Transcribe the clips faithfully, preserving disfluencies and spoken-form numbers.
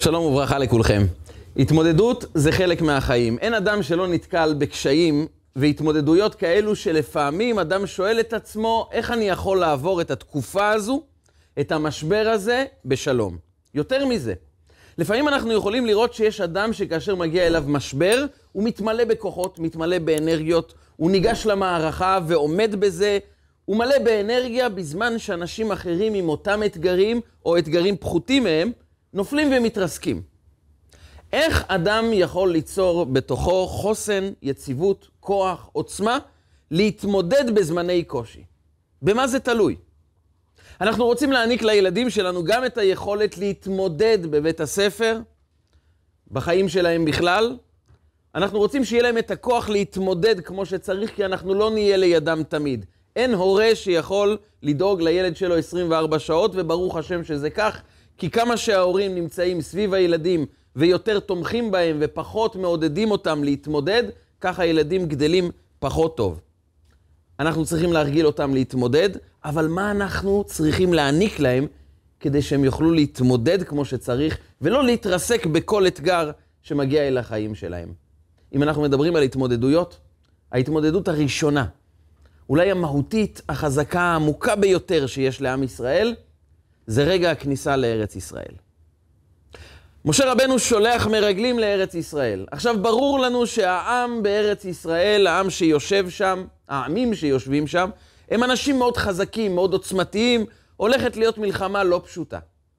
שלום וברכה לכולכם. התמודדות זה חלק מהחיים. אין אדם שלא נתקל בקשיים והתמודדויות כאלו שלפעמים אדם שואל את עצמו איך אני יכול לעבור את התקופה הזו, את המשבר הזה, בשלום. יותר מזה, לפעמים אנחנו יכולים לראות שיש אדם שכאשר מגיע אליו משבר, הוא מתמלא בכוחות, מתמלא באנרגיות, הוא ניגש למערכה ועומד בזה, הוא מלא באנרגיה בזמן שאנשים אחרים עם אותם אתגרים או אתגרים פחותים מהם, נופלים ומתרסקים. איך אדם יכול ליצור בתוכו חוסן, יציבות, כוח, עוצמה, להתמודד בזמני קושי? במה זה תלוי? אנחנו רוצים להעניק לילדים שלנו גם את היכולת להתמודד בבית הספר, בחיים שלהם בכלל. אנחנו רוצים שיהיה להם את הכוח להתמודד כמו שצריך, כי אנחנו לא נהיה לידם תמיד. אין הורה שיכול לדאוג לילד שלו עשרים וארבע שעות, וברוך השם שזה כך, כי כמה שההורים נמצאים סביב הילדים ויותר תומכים בהם ופחות מעודדים אותם להתמודד, ככה הילדים גדלים פחות טוב. אנחנו צריכים להרגיל אותם להתמודד, אבל מה אנחנו צריכים להעניק להם כדי שהם יוכלו להתמודד כמו שצריך, ולא להתרסק בכל אתגר שמגיע אל החיים שלהם? אם אנחנו מדברים על התמודדויות, ההתמודדות הראשונה, אולי המהותית, החזקה, העמוקה ביותר שיש לעם ישראל, זה רגע הכניסה לארץ ישראל. משה רבנו שולח מרגלים לארץ ישראל. עכשיו ברור לנו שהעם בארץ ישראל, העם שיושב שם, העמים שיושבים שם, הם אנשים מאוד חזקים, מאוד עוצמתיים, הולכת להיות מלחמה לא פשוטה.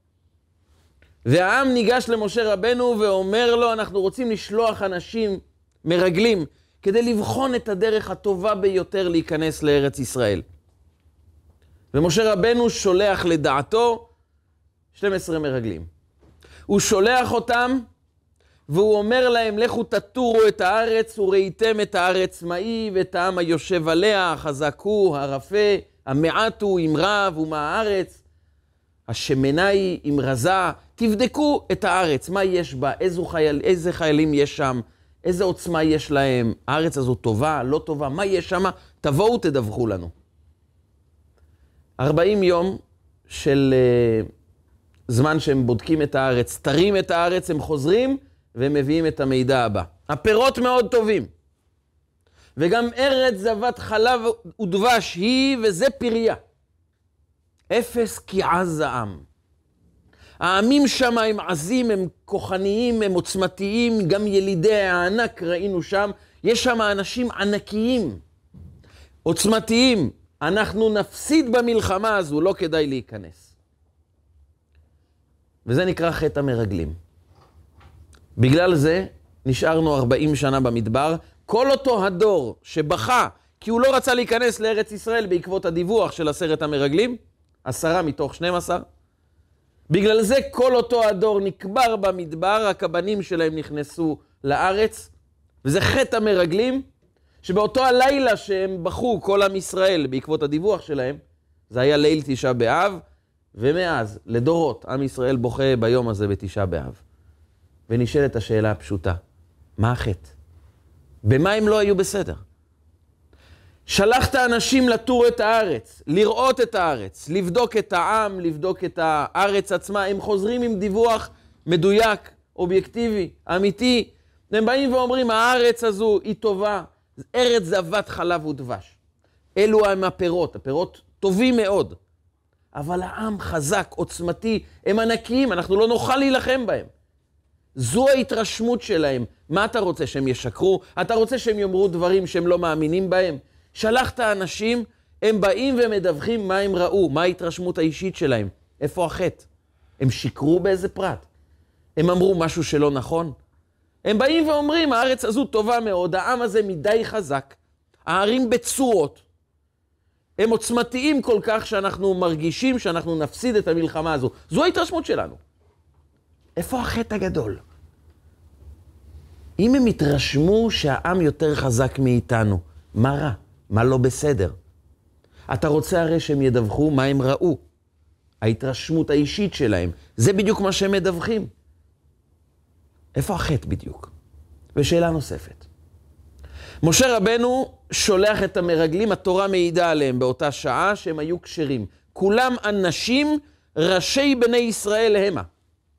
והעם ניגש למשה רבנו ואומר לו, אנחנו רוצים לשלוח אנשים מרגלים, כדי לבחון את הדרך הטובה ביותר להיכנס לארץ ישראל. ומשה רבנו שולח לדעתו שנים עשר מרגלים. הוא שולח אותם והוא אומר להם, לכו תטורו את הארץ וראיתם את הארץ מאי ואת העם היושב עליה, החזק הוא, הרפה, המעט הוא עם רב ומה הארץ, השמנה היא עם רזה. תבדקו את הארץ, מה יש בה, איזה, חייל, איזה חיילים יש שם, איזה עוצמה יש להם, הארץ הזו טובה, לא טובה, מה יש שם, תבואו תדווחו לנו. ארבעים יום של uh, זמן שהם בודקים את הארץ, תרים את הארץ, הם חוזרים והם מביאים את המידע הבא. הפירות מאוד טובים. וגם ארץ זבת חלב ודבש היא, וזה פריה. אפס כי עז העם. העמים שם הם עזים, הם כוחניים, הם עוצמתיים, גם ילידי הענק ראינו שם. יש שם אנשים ענקיים, עוצמתיים. אנחנו נפסיד במלחמה הזו, לא כדאי להיכנס. וזה נקרא חטא המרגלים. בגלל זה נשארנו ארבעים שנה במדבר. כל אותו הדור שבכה, כי הוא לא רצה להיכנס לארץ ישראל בעקבות הדיווח של עשרת המרגלים, עשרה מתוך שנים עשר. בגלל זה כל אותו הדור נקבר במדבר, הקבנים שלהם נכנסו לארץ, וזה חטא המרגלים, שבאותו הלילה שהם בחו כל עם ישראל בעקבות הדיווח שלהם, זה היה ליל תשעה באב, ומאז לדורות עם ישראל בוכה ביום הזה בתשעה באב. ונשאלת השאלה הפשוטה, מה החטא? במה הם לא היו בסדר? שלחת אנשים לטור את הארץ, לראות את הארץ, לבדוק את העם, לבדוק את הארץ עצמה, הם חוזרים עם דיווח מדויק, אובייקטיבי, אמיתי. הם באים ואומרים, הארץ הזו היא טובה, ארץ זבת חלב ודבש. אלו הם הפירות, הפירות טובים מאוד. אבל העם חזק, עוצמתי, הם ענקיים, אנחנו לא נוכל להילחם בהם. זו ההתרשמות שלהם. מה אתה רוצה, שהם ישקרו? אתה רוצה שהם יאמרו דברים שהם לא מאמינים בהם? שלחת אנשים, הם באים ומדווחים מה הם ראו, מה ההתרשמות האישית שלהם. איפה החטא? הם שיקרו באיזה פרט? הם אמרו משהו שלא נכון? הם באים ואומרים, הארץ הזו טובה מאוד, העם הזה מדי חזק, הערים בצורות, הם עוצמתיים כל כך שאנחנו מרגישים שאנחנו נפסיד את המלחמה הזו. זו ההתרשמות שלנו. איפה החטא הגדול? אם הם התרשמו שהעם יותר חזק מאיתנו, מה רע? מה לא בסדר? אתה רוצה הרי שהם ידווחו מה הם ראו. ההתרשמות האישית שלהם, זה בדיוק מה שהם מדווחים. איפה החטא בדיוק? ושאלה נוספת. משה רבנו שולח את המרגלים, התורה מעידה עליהם באותה שעה שהם היו כשרים. כולם אנשים ראשי בני ישראל המה.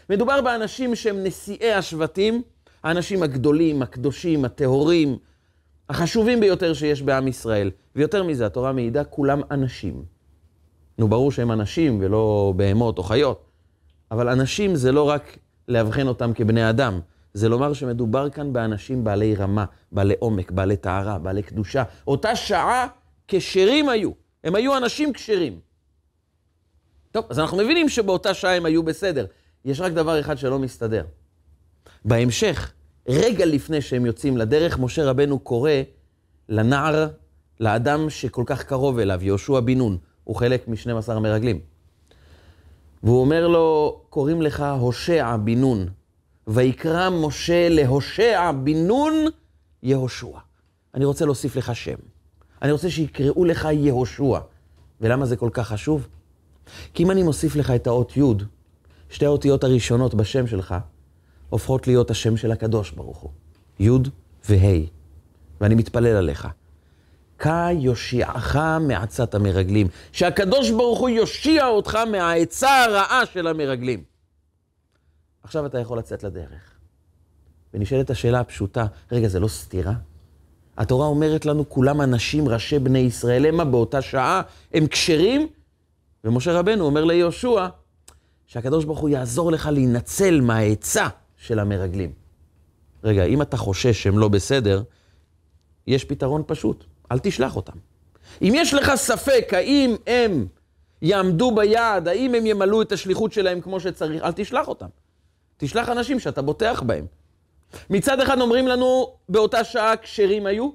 מדובר באנשים שהם נשיאי השבטים, האנשים הגדולים, הקדושים, הטהורים, החשובים ביותר שיש בעם ישראל. ויותר מזה, התורה מעידה, כולם אנשים. נו, ברור שהם אנשים ולא בהמות או חיות, אבל אנשים זה לא רק להבחן אותם כבני אדם, זה לומר שמדובר כאן באנשים בעלי רמה, בעלי עומק, בעלי טהרה, בעלי קדושה. אותה שעה כשרים היו, הם היו אנשים כשרים. טוב, אז אנחנו מבינים שבאותה שעה הם היו בסדר. יש רק דבר אחד שלא מסתדר. בהמשך, רגע לפני שהם יוצאים לדרך, משה רבנו קורא לנער, לאדם שכל כך קרוב אליו, יהושע בן נון, הוא חלק מ-שנים עשר המרגלים. והוא אומר לו, קוראים לך הושע בן נון, ויקרא משה להושע בן נון יהושע. אני רוצה להוסיף לך שם. אני רוצה שיקראו לך יהושע. ולמה זה כל כך חשוב? כי אם אני מוסיף לך את האות י', שתי האותיות הראשונות בשם שלך, הופכות להיות השם של הקדוש ברוך הוא. י' וה'. ואני מתפלל עליך. כא יושיעך מעצת המרגלים. שהקדוש ברוך הוא יושיע אותך מהעצה הרעה של המרגלים. עכשיו אתה יכול לצאת לדרך. ונשאלת השאלה הפשוטה, רגע, זה לא סתירה? התורה אומרת לנו, כולם אנשים ראשי בני ישראל, המה באותה שעה, הם כשרים, ומשה רבנו אומר ליהושע, שהקדוש ברוך הוא יעזור לך להינצל מהעצה של המרגלים. רגע, אם אתה חושש שהם לא בסדר, יש פתרון פשוט, אל תשלח אותם. אם יש לך ספק, האם הם יעמדו ביעד, האם הם ימלאו את השליחות שלהם כמו שצריך, אל תשלח אותם. תשלח אנשים שאתה בוטח בהם. מצד אחד אומרים לנו, באותה שעה כשרים היו,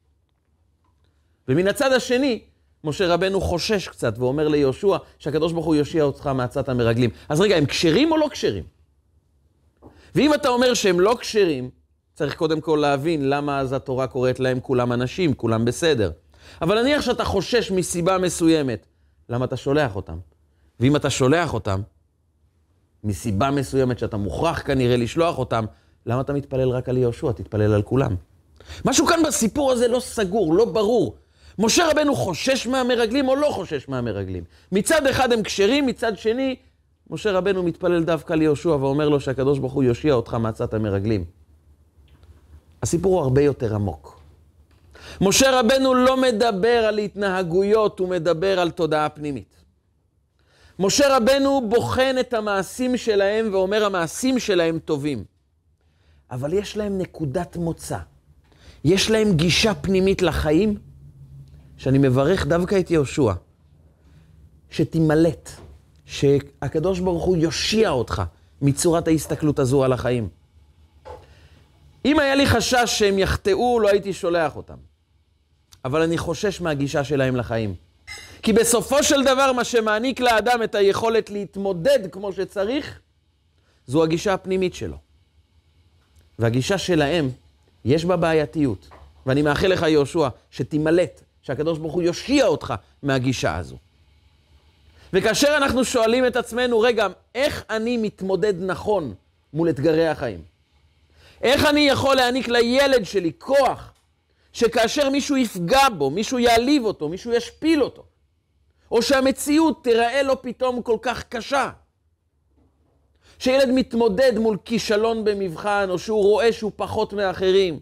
ומן הצד השני, משה רבנו חושש קצת ואומר ליהושע שהקדוש ברוך הוא יושיע אותך מעצת המרגלים. אז רגע, הם כשרים או לא כשרים? ואם אתה אומר שהם לא כשרים, צריך קודם כל להבין למה אז התורה קוראת להם כולם אנשים, כולם בסדר. אבל נניח שאתה חושש מסיבה מסוימת, למה אתה שולח אותם? ואם אתה שולח אותם, מסיבה מסוימת שאתה מוכרח כנראה לשלוח אותם, למה אתה מתפלל רק על יהושע? תתפלל על כולם. משהו כאן בסיפור הזה לא סגור, לא ברור. משה רבנו חושש מהמרגלים או לא חושש מהמרגלים? מצד אחד הם כשרים, מצד שני, משה רבנו מתפלל דווקא ליהושע ואומר לו שהקדוש ברוך הוא יושיע אותך מעצת המרגלים. הסיפור הוא הרבה יותר עמוק. משה רבנו לא מדבר על התנהגויות, הוא מדבר על תודעה פנימית. משה רבנו בוחן את המעשים שלהם ואומר המעשים שלהם טובים. אבל יש להם נקודת מוצא. יש להם גישה פנימית לחיים, שאני מברך דווקא את יהושע, שתימלט, שהקדוש ברוך הוא יושיע אותך מצורת ההסתכלות הזו על החיים. אם היה לי חשש שהם יחטאו, לא הייתי שולח אותם. אבל אני חושש מהגישה שלהם לחיים. כי בסופו של דבר מה שמעניק לאדם את היכולת להתמודד כמו שצריך, זו הגישה הפנימית שלו. והגישה שלהם, יש בה בעייתיות. ואני מאחל לך יהושע שתימלט, שהקדוש ברוך הוא יושיע אותך מהגישה הזו. וכאשר אנחנו שואלים את עצמנו, רגע, איך אני מתמודד נכון מול אתגרי החיים? איך אני יכול להעניק לילד שלי כוח, שכאשר מישהו יפגע בו, מישהו יעליב אותו, מישהו ישפיל אותו, או שהמציאות תראה לו פתאום כל כך קשה, שילד מתמודד מול כישלון במבחן, או שהוא רואה שהוא פחות מאחרים,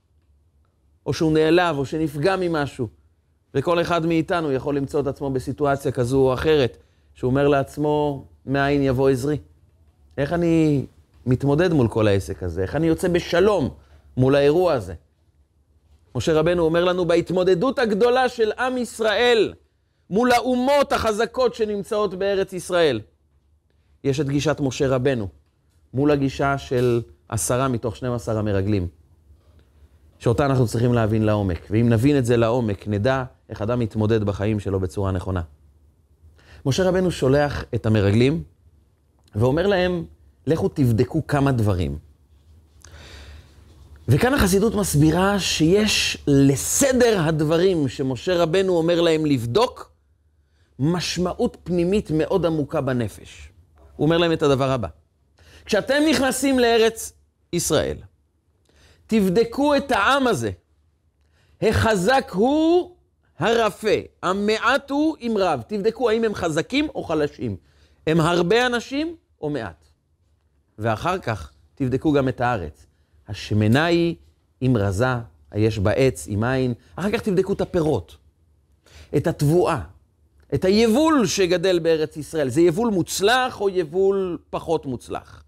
או שהוא נעלב, או שנפגע ממשהו, וכל אחד מאיתנו יכול למצוא את עצמו בסיטואציה כזו או אחרת, שהוא אומר לעצמו, מאין יבוא עזרי? איך אני מתמודד מול כל העסק הזה? איך אני יוצא בשלום מול האירוע הזה? משה רבנו אומר לנו, בהתמודדות הגדולה של עם ישראל, מול האומות החזקות שנמצאות בארץ ישראל, יש את גישת משה רבנו, מול הגישה של עשרה מתוך שנים עשר המרגלים, שאותה אנחנו צריכים להבין לעומק. ואם נבין את זה לעומק, נדע איך אדם מתמודד בחיים שלו בצורה נכונה. משה רבנו שולח את המרגלים, ואומר להם, לכו תבדקו כמה דברים. וכאן החסידות מסבירה שיש לסדר הדברים שמשה רבנו אומר להם לבדוק, משמעות פנימית מאוד עמוקה בנפש. הוא אומר להם את הדבר הבא. כשאתם נכנסים לארץ ישראל, תבדקו את העם הזה. החזק הוא הרפה, המעט הוא עם רב. תבדקו האם הם חזקים או חלשים. הם הרבה אנשים או מעט. ואחר כך תבדקו גם את הארץ. השמנה היא עם רזה, יש בה עץ, עם עין. אחר כך תבדקו את הפירות, את התבואה, את היבול שגדל בארץ ישראל. זה יבול מוצלח או יבול פחות מוצלח?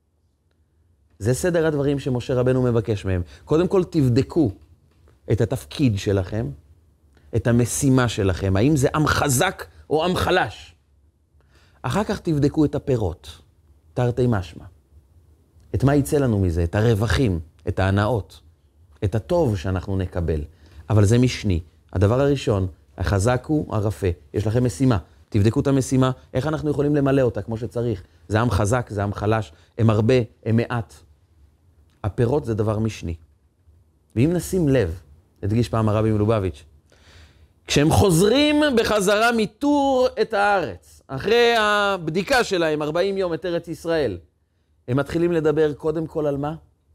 זה סדר הדברים שמשה רבנו מבקש מהם. קודם כל תבדקו את התפקיד שלכם, את המשימה שלכם, האם זה עם חזק או עם חלש. אחר כך תבדקו את הפירות, תרתי משמע. את מה יצא לנו מזה, את הרווחים, את ההנאות, את הטוב שאנחנו נקבל. אבל זה משני. הדבר הראשון, החזק הוא הרפה. יש לכם משימה. תבדקו את המשימה, איך אנחנו יכולים למלא אותה כמו שצריך. זה עם חזק, זה עם חלש, הם הרבה, הם מעט. הפירות זה דבר משני. ואם נשים לב, הדגיש פעם הרבי מלובביץ', כשהם חוזרים בחזרה מטור את הארץ, אחרי הבדיקה שלהם, ארבעים יום את ארץ ישראל, הם מתחילים לדבר קודם כל על מה?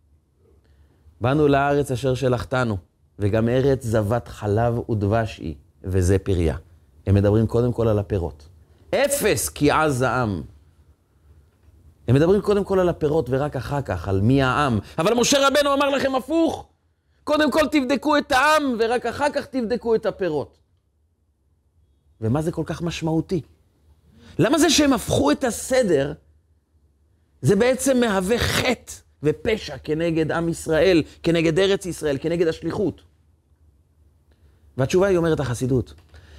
באנו לארץ אשר שלחתנו, וגם ארץ זבת חלב ודבש היא, וזה פריה. הם מדברים קודם כל על הפירות. אפס כי עז העם. הם מדברים קודם כל על הפירות ורק אחר כך, על מי העם. אבל משה רבנו אמר לכם הפוך. קודם כל תבדקו את העם ורק אחר כך תבדקו את הפירות. ומה זה כל כך משמעותי? למה זה שהם הפכו את הסדר, זה בעצם מהווה חטא ופשע כנגד עם ישראל, כנגד ארץ ישראל, כנגד השליחות. והתשובה היא אומרת החסידות.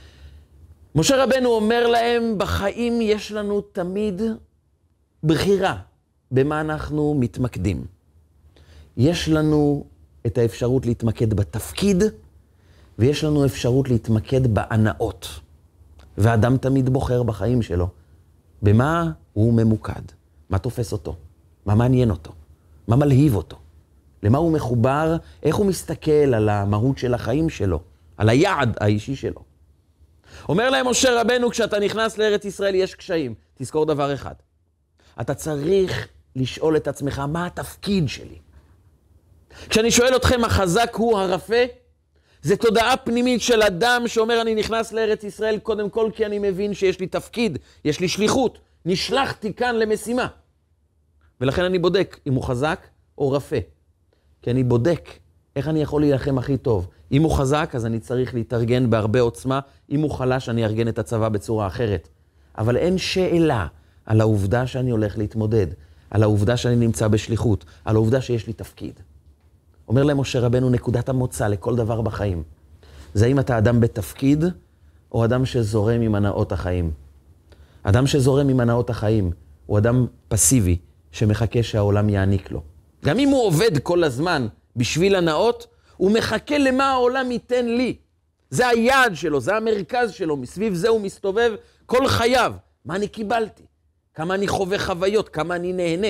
משה רבנו אומר להם, בחיים יש לנו תמיד בחירה במה אנחנו מתמקדים. יש לנו את האפשרות להתמקד בתפקיד, ויש לנו אפשרות להתמקד בהנאות. ואדם תמיד בוחר בחיים שלו, במה הוא ממוקד, מה תופס אותו, מה מעניין אותו, מה מלהיב אותו, למה הוא מחובר, איך הוא מסתכל על המהות של החיים שלו, על היעד האישי שלו. אומר להם משה רבנו, כשאתה נכנס לארץ ישראל יש קשיים. תזכור דבר אחד. אתה צריך לשאול את עצמך, מה התפקיד שלי? כשאני שואל אתכם, החזק הוא הרפה? זה תודעה פנימית של אדם שאומר, אני נכנס לארץ ישראל קודם כל כי אני מבין שיש לי תפקיד, יש לי שליחות, נשלחתי כאן למשימה. ולכן אני בודק אם הוא חזק או רפה. כי אני בודק איך אני יכול להילחם הכי טוב. אם הוא חזק, אז אני צריך להתארגן בהרבה עוצמה. אם הוא חלש, אני ארגן את הצבא בצורה אחרת. אבל אין שאלה על העובדה שאני הולך להתמודד, על העובדה שאני נמצא בשליחות, על העובדה שיש לי תפקיד. אומר להם משה רבנו, נקודת המוצא לכל דבר בחיים. זה אם אתה אדם בתפקיד, או אדם שזורם עם הנאות החיים. אדם שזורם עם הנאות החיים, הוא אדם פסיבי, שמחכה שהעולם יעניק לו. גם אם הוא עובד כל הזמן בשביל הנאות, הוא מחכה למה העולם ייתן לי. זה היעד שלו, זה המרכז שלו, מסביב זה הוא מסתובב כל חייו. מה אני קיבלתי? כמה אני חווה חוויות, כמה אני נהנה.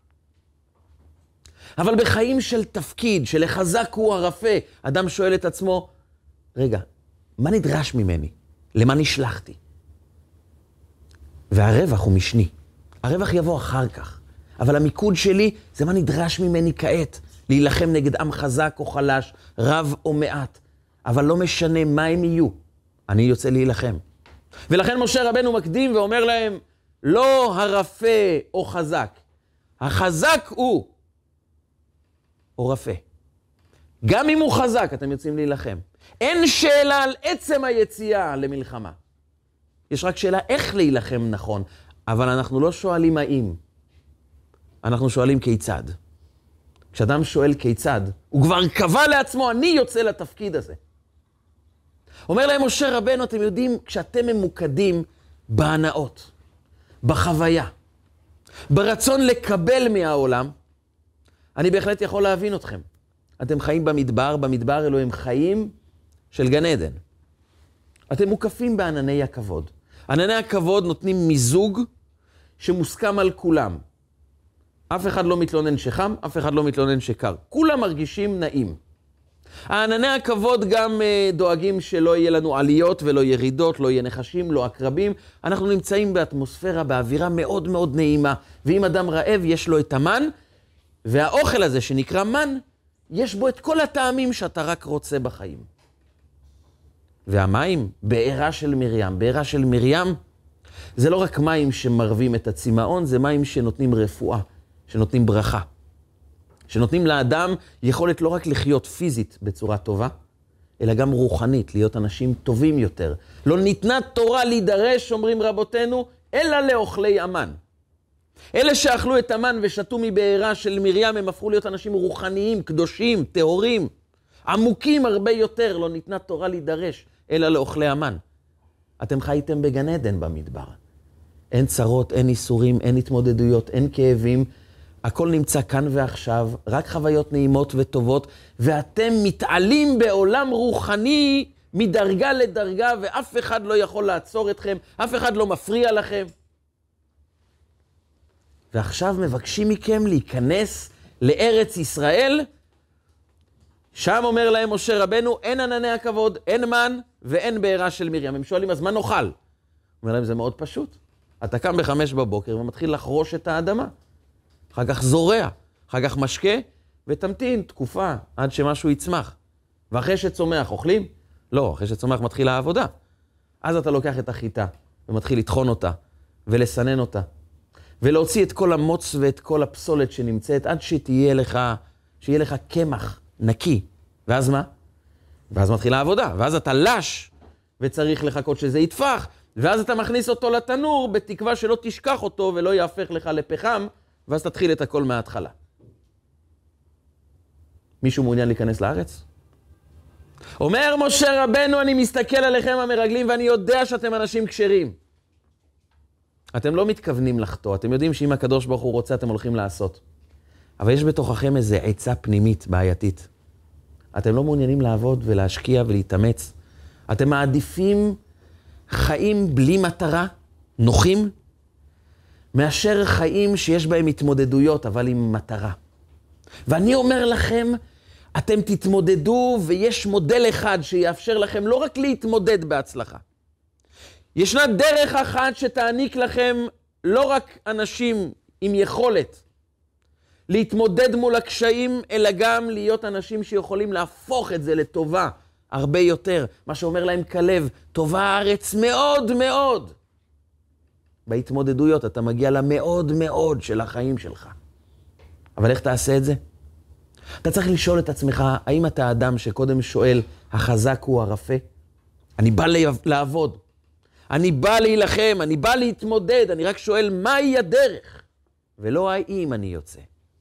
אבל בחיים של תפקיד, של החזק הוא הרפה, אדם שואל את עצמו, רגע, מה נדרש ממני? למה נשלחתי? והרווח הוא משני. הרווח יבוא אחר כך. אבל המיקוד שלי זה מה נדרש ממני כעת. להילחם נגד עם חזק או חלש, רב או מעט. אבל לא משנה מה הם יהיו. אני יוצא להילחם. ולכן משה רבנו מקדים ואומר להם, לא הרפה או חזק. החזק הוא או רפה. גם אם הוא חזק, אתם יוצאים להילחם. אין שאלה על עצם היציאה למלחמה. יש רק שאלה איך להילחם נכון. אבל אנחנו לא שואלים האם. אנחנו שואלים כיצד. כשאדם שואל כיצד, הוא כבר קבע לעצמו, אני יוצא לתפקיד הזה. אומר להם משה רבנו, אתם יודעים, כשאתם ממוקדים בהנאות, בחוויה, ברצון לקבל מהעולם, אני בהחלט יכול להבין אתכם. אתם חיים במדבר, במדבר אלו הם חיים של גן עדן. אתם מוקפים בענני הכבוד. ענני הכבוד נותנים מיזוג שמוסכם על כולם. אף אחד לא מתלונן שחם, אף אחד לא מתלונן שקר. כולם מרגישים נעים. הענני הכבוד גם דואגים שלא יהיה לנו עליות ולא ירידות, לא יהיה נחשים, לא עקרבים. אנחנו נמצאים באטמוספירה, באווירה מאוד מאוד נעימה. ואם אדם רעב, יש לו את המן, והאוכל הזה שנקרא מן, יש בו את כל הטעמים שאתה רק רוצה בחיים. והמים, בעירה של מרים, בעירה של מרים, זה לא רק מים שמרבים את הצמאון, זה מים שנותנים רפואה, שנותנים ברכה. שנותנים לאדם יכולת לא רק לחיות פיזית בצורה טובה, אלא גם רוחנית, להיות אנשים טובים יותר. לא ניתנה תורה להידרש, אומרים רבותינו, אלא לאוכלי אמן. אלה שאכלו את המן ושתו מבארה של מרים, הם הפכו להיות אנשים רוחניים, קדושים, טהורים, עמוקים הרבה יותר. לא ניתנה תורה להידרש, אלא לאוכלי המן. אתם חייתם בגן עדן במדבר. אין צרות, אין איסורים, אין התמודדויות, אין כאבים. הכל נמצא כאן ועכשיו, רק חוויות נעימות וטובות, ואתם מתעלים בעולם רוחני מדרגה לדרגה, ואף אחד לא יכול לעצור אתכם, אף אחד לא מפריע לכם. ועכשיו מבקשים מכם להיכנס לארץ ישראל, שם אומר להם משה רבנו, אין ענני הכבוד, אין מן ואין בעירה של מרים. הם שואלים, אז מה נאכל? אומר להם, זה מאוד פשוט. אתה קם בחמש בבוקר ומתחיל לחרוש את האדמה. אחר כך זורע, אחר כך משקה, ותמתין תקופה עד שמשהו יצמח. ואחרי שצומח, אוכלים? לא, אחרי שצומח מתחיל העבודה. אז אתה לוקח את החיטה ומתחיל לטחון אותה ולסנן אותה. ולהוציא את כל המוץ ואת כל הפסולת שנמצאת, עד שתהיה לך, שיהיה לך קמח נקי. ואז מה? ואז מתחילה העבודה. ואז אתה לש, וצריך לחכות שזה יתפח, ואז אתה מכניס אותו לתנור, בתקווה שלא תשכח אותו ולא יהפך לך לפחם, ואז תתחיל את הכל מההתחלה. מישהו מעוניין להיכנס לארץ? אומר משה רבנו, אני מסתכל עליכם המרגלים, ואני יודע שאתם אנשים כשרים. אתם לא מתכוונים לחטוא, אתם יודעים שאם הקדוש ברוך הוא רוצה, אתם הולכים לעשות. אבל יש בתוככם איזו עצה פנימית בעייתית. אתם לא מעוניינים לעבוד ולהשקיע ולהתאמץ. אתם מעדיפים חיים בלי מטרה, נוחים, מאשר חיים שיש בהם התמודדויות, אבל עם מטרה. ואני אומר לכם, אתם תתמודדו, ויש מודל אחד שיאפשר לכם לא רק להתמודד בהצלחה. ישנה דרך אחת שתעניק לכם לא רק אנשים עם יכולת להתמודד מול הקשיים, אלא גם להיות אנשים שיכולים להפוך את זה לטובה הרבה יותר. מה שאומר להם כלב, טובה הארץ מאוד מאוד. בהתמודדויות אתה מגיע למאוד מאוד של החיים שלך. אבל איך תעשה את זה? אתה צריך לשאול את עצמך, האם אתה אדם שקודם שואל, החזק הוא הרפה? אני בא לעבוד, אני בא להילחם, אני בא להתמודד, אני רק שואל מהי הדרך, ולא האם אני יוצא.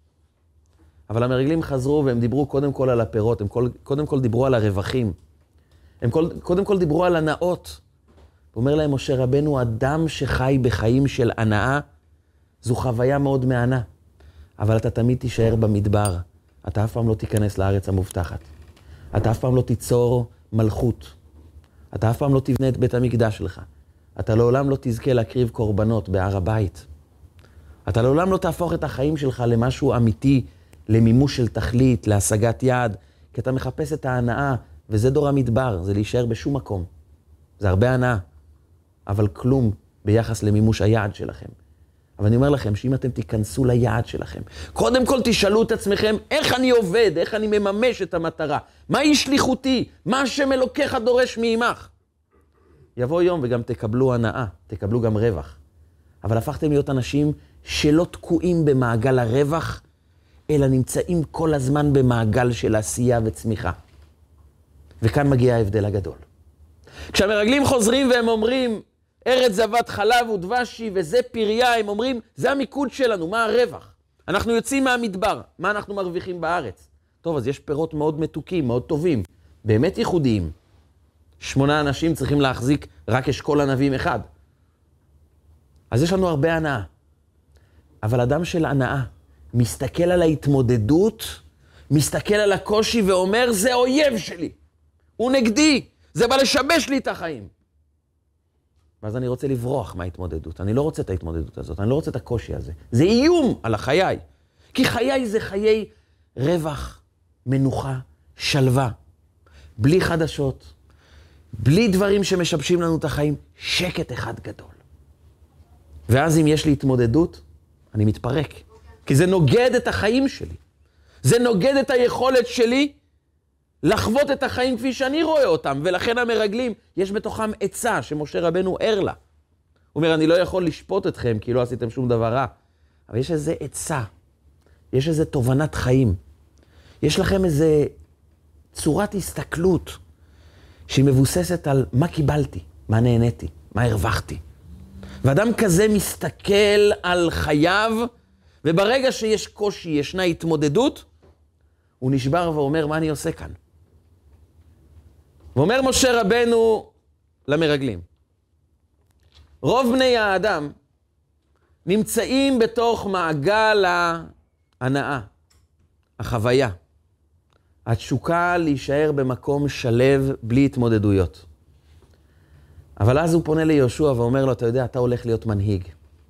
אבל המרגלים חזרו והם דיברו קודם כל על הפירות, הם קודם כל דיברו על הרווחים, הם קודם כל דיברו על הנאות. אומר להם משה רבנו, אדם שחי בחיים של הנאה, זו חוויה מאוד מענה. אבל אתה תמיד תישאר במדבר. אתה אף פעם לא תיכנס לארץ המובטחת. אתה אף פעם לא תיצור מלכות. אתה אף פעם לא תבנה את בית המקדש שלך. אתה לעולם לא תזכה להקריב קורבנות בהר הבית. אתה לעולם לא תהפוך את החיים שלך למשהו אמיתי, למימוש של תכלית, להשגת יעד, כי אתה מחפש את ההנאה, וזה דור המדבר, זה להישאר בשום מקום. זה הרבה הנאה. אבל כלום ביחס למימוש היעד שלכם. אבל אני אומר לכם שאם אתם תיכנסו ליעד שלכם, קודם כל תשאלו את עצמכם, איך אני עובד, איך אני מממש את המטרה, מהי שליחותי, מה השם אלוקיך דורש מעמך. יבוא יום וגם תקבלו הנאה, תקבלו גם רווח. אבל הפכתם להיות אנשים שלא תקועים במעגל הרווח, אלא נמצאים כל הזמן במעגל של עשייה וצמיחה. וכאן מגיע ההבדל הגדול. כשהמרגלים חוזרים והם אומרים, ארץ זבת חלב ודבשי וזה פריה, הם אומרים, זה המיקוד שלנו, מה הרווח? אנחנו יוצאים מהמדבר, מה אנחנו מרוויחים בארץ? טוב, אז יש פירות מאוד מתוקים, מאוד טובים, באמת ייחודיים. שמונה אנשים צריכים להחזיק רק אשכול ענבים אחד. אז יש לנו הרבה הנאה. אבל אדם של הנאה מסתכל על ההתמודדות, מסתכל על הקושי ואומר, זה אויב שלי, הוא נגדי, זה בא לשבש לי את החיים. ואז אני רוצה לברוח מההתמודדות. אני לא רוצה את ההתמודדות הזאת, אני לא רוצה את הקושי הזה. זה איום על החיי. כי חיי זה חיי רווח, מנוחה, שלווה. בלי חדשות, בלי דברים שמשבשים לנו את החיים, שקט אחד גדול. ואז אם יש לי התמודדות, אני מתפרק. כי זה נוגד את החיים שלי. זה נוגד את היכולת שלי לחוות את החיים כפי שאני רואה אותם. ולכן המרגלים, יש בתוכם עצה שמשה רבנו ער לה. הוא אומר, אני לא יכול לשפוט אתכם כי לא עשיתם שום דבר רע. אבל יש איזו עצה יש איזו תובנת חיים. יש לכם איזו צורת הסתכלות שהיא מבוססת על מה קיבלתי, מה נהניתי, מה הרווחתי. ואדם כזה מסתכל על חייו, וברגע שיש קושי, ישנה התמודדות, הוא נשבר ואומר, מה אני עושה כאן? ואומר משה רבנו למרגלים, רוב בני האדם נמצאים בתוך מעגל ההנאה, החוויה, התשוקה להישאר במקום שלב בלי התמודדויות. אבל אז הוא פונה ליהושע ואומר לו, אתה יודע, אתה הולך להיות מנהיג.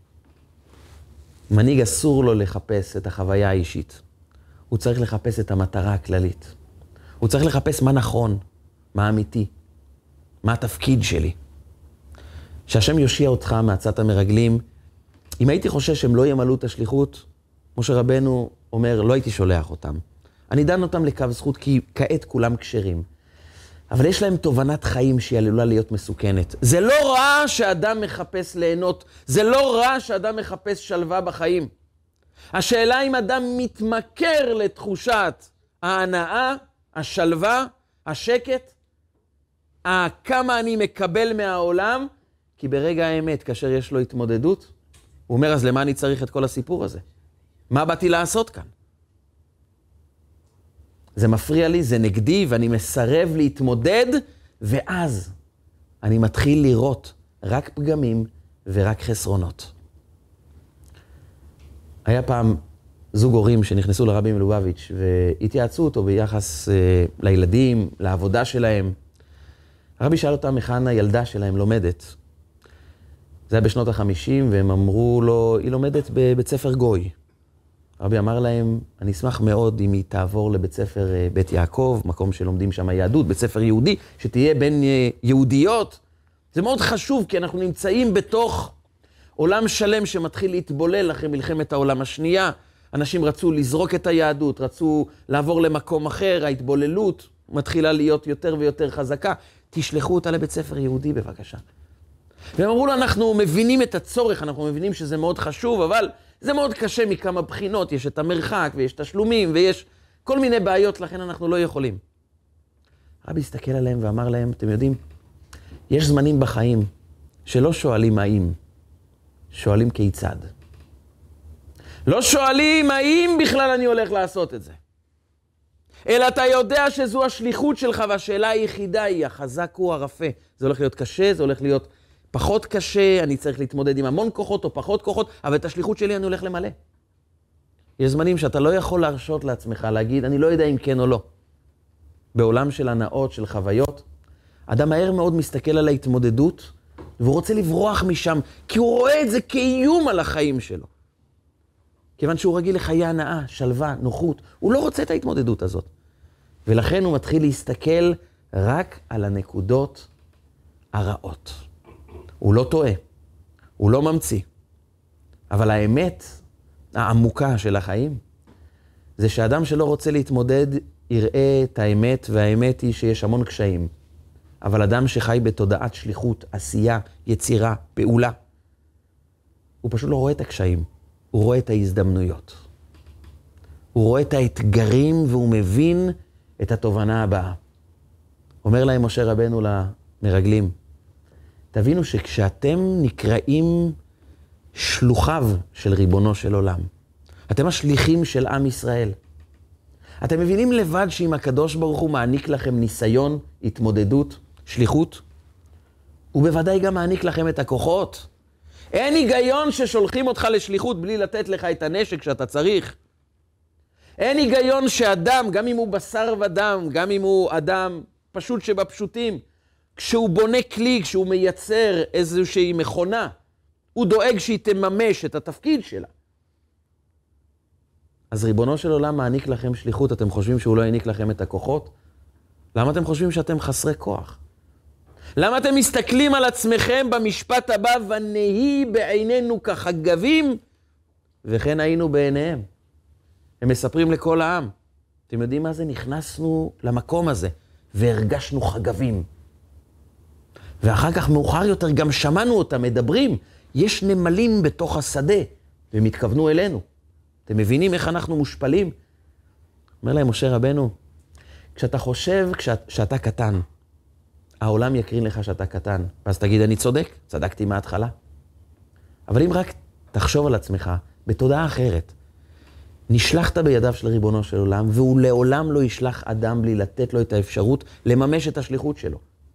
מנהיג אסור לו לחפש את החוויה האישית. הוא צריך לחפש את המטרה הכללית. הוא צריך לחפש מה נכון, מה אמיתי, מה התפקיד שלי. שהשם יושיע אותך מעצת המרגלים. אם הייתי חושב שהם לא ימלאו את השליחות, משה רבנו אומר, לא הייתי שולח אותם. אני דן אותם לקו זכות, כי כעת כולם כשרים. אבל יש להם תובנת חיים שהיא עלולה להיות מסוכנת. זה לא רע שאדם מחפש ליהנות, זה לא רע שאדם מחפש שלווה בחיים. השאלה אם אדם מתמכר לתחושת ההנאה, השלווה, השקט, כמה אני מקבל מהעולם, כי ברגע האמת, כאשר יש לו התמודדות, הוא אומר, אז למה אני צריך את כל הסיפור הזה? מה באתי לעשות כאן? זה מפריע לי, זה נגדי, ואני מסרב להתמודד, ואז אני מתחיל לראות רק פגמים ורק חסרונות. היה פעם זוג הורים שנכנסו לרבי מלובביץ' והתייעצו אותו ביחס אה, לילדים, לעבודה שלהם. הרבי שאל אותם היכן הילדה שלהם לומדת. זה היה בשנות החמישים, והם אמרו לו, היא לומדת בבית ספר גוי. הרבי אמר להם, אני אשמח מאוד אם היא תעבור לבית ספר בית יעקב, מקום שלומדים שם היהדות, בית ספר יהודי, שתהיה בין יהודיות. זה מאוד חשוב, כי אנחנו נמצאים בתוך עולם שלם שמתחיל להתבולל אחרי מלחמת העולם השנייה. אנשים רצו לזרוק את היהדות, רצו לעבור למקום אחר, ההתבוללות מתחילה להיות יותר ויותר חזקה. תשלחו אותה לבית ספר יהודי בבקשה. והם אמרו לו, אנחנו מבינים את הצורך, אנחנו מבינים שזה מאוד חשוב, אבל זה מאוד קשה מכמה בחינות, יש את המרחק ויש תשלומים ויש כל מיני בעיות, לכן אנחנו לא יכולים. רבי הסתכל עליהם ואמר להם, אתם יודעים, יש זמנים בחיים שלא שואלים האם, שואלים כיצד. לא שואלים האם בכלל אני הולך לעשות את זה. אלא אתה יודע שזו השליחות שלך, והשאלה היחידה היא, החזק הוא הרפה. זה הולך להיות קשה, זה הולך להיות פחות קשה, אני צריך להתמודד עם המון כוחות או פחות כוחות, אבל את השליחות שלי אני הולך למלא. יש זמנים שאתה לא יכול להרשות לעצמך להגיד, אני לא יודע אם כן או לא. בעולם של הנאות, של חוויות, אדם מהר מאוד מסתכל על ההתמודדות, והוא רוצה לברוח משם, כי הוא רואה את זה כאיום על החיים שלו. כיוון שהוא רגיל לחיי הנאה, שלווה, נוחות, הוא לא רוצה את ההתמודדות הזאת. ולכן הוא מתחיל להסתכל רק על הנקודות הרעות. הוא לא טועה, הוא לא ממציא. אבל האמת העמוקה של החיים, זה שאדם שלא רוצה להתמודד יראה את האמת, והאמת היא שיש המון קשיים. אבל אדם שחי בתודעת שליחות, עשייה, יצירה, פעולה, הוא פשוט לא רואה את הקשיים, הוא רואה את ההזדמנויות. הוא רואה את האתגרים והוא מבין את התובנה הבאה. אומר להם משה רבנו למרגלים, תבינו שכשאתם נקראים שלוחיו של ריבונו של עולם, אתם השליחים של עם ישראל. אתם מבינים לבד שאם הקדוש ברוך הוא מעניק לכם ניסיון, התמודדות, שליחות, הוא בוודאי גם מעניק לכם את הכוחות. אין היגיון ששולחים אותך לשליחות בלי לתת לך את הנשק שאתה צריך. אין היגיון שאדם, גם אם הוא בשר ודם, גם אם הוא אדם פשוט שבפשוטים, כשהוא בונה כלי, כשהוא מייצר איזושהי מכונה, הוא דואג שהיא תממש את התפקיד שלה. אז ריבונו של עולם מעניק לכם שליחות, אתם חושבים שהוא לא העניק לכם את הכוחות? למה אתם חושבים שאתם חסרי כוח? למה אתם מסתכלים על עצמכם במשפט הבא, ונהי בעינינו כחגבים, וכן היינו בעיניהם? הם מספרים לכל העם. אתם יודעים מה זה? נכנסנו למקום הזה, והרגשנו חגבים. ואחר כך מאוחר יותר גם שמענו אותם מדברים, יש נמלים בתוך השדה, והם התכוונו אלינו. אתם מבינים איך אנחנו מושפלים? אומר להם משה רבנו, כשאתה חושב כשאת, שאתה קטן, העולם יקרין לך שאתה קטן, ואז תגיד, אני צודק, צדקתי מההתחלה. אבל אם רק תחשוב על עצמך בתודעה אחרת, נשלחת בידיו של ריבונו של עולם, והוא לעולם לא ישלח אדם בלי לתת לו את האפשרות לממש את השליחות שלו.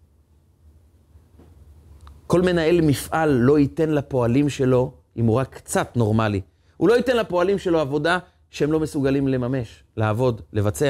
כל מנהל מפעל לא ייתן לפועלים שלו, אם הוא רק קצת נורמלי, הוא לא ייתן לפועלים שלו עבודה שהם לא מסוגלים לממש, לעבוד, לבצע.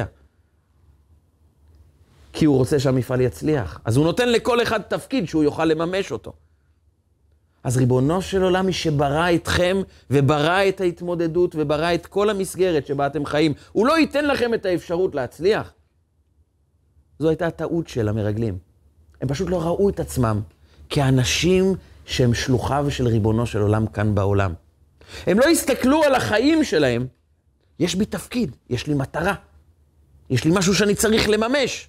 כי הוא רוצה שהמפעל יצליח. אז הוא נותן לכל אחד תפקיד שהוא יוכל לממש אותו. אז ריבונו של עולם, מי שברא אתכם וברא את ההתמודדות וברא את כל המסגרת שבה אתם חיים, הוא לא ייתן לכם את האפשרות להצליח. זו הייתה הטעות של המרגלים. הם פשוט לא ראו את עצמם כאנשים שהם שלוחיו של ריבונו של עולם כאן בעולם. הם לא הסתכלו על החיים שלהם. יש בי תפקיד, יש לי מטרה, יש לי משהו שאני צריך לממש.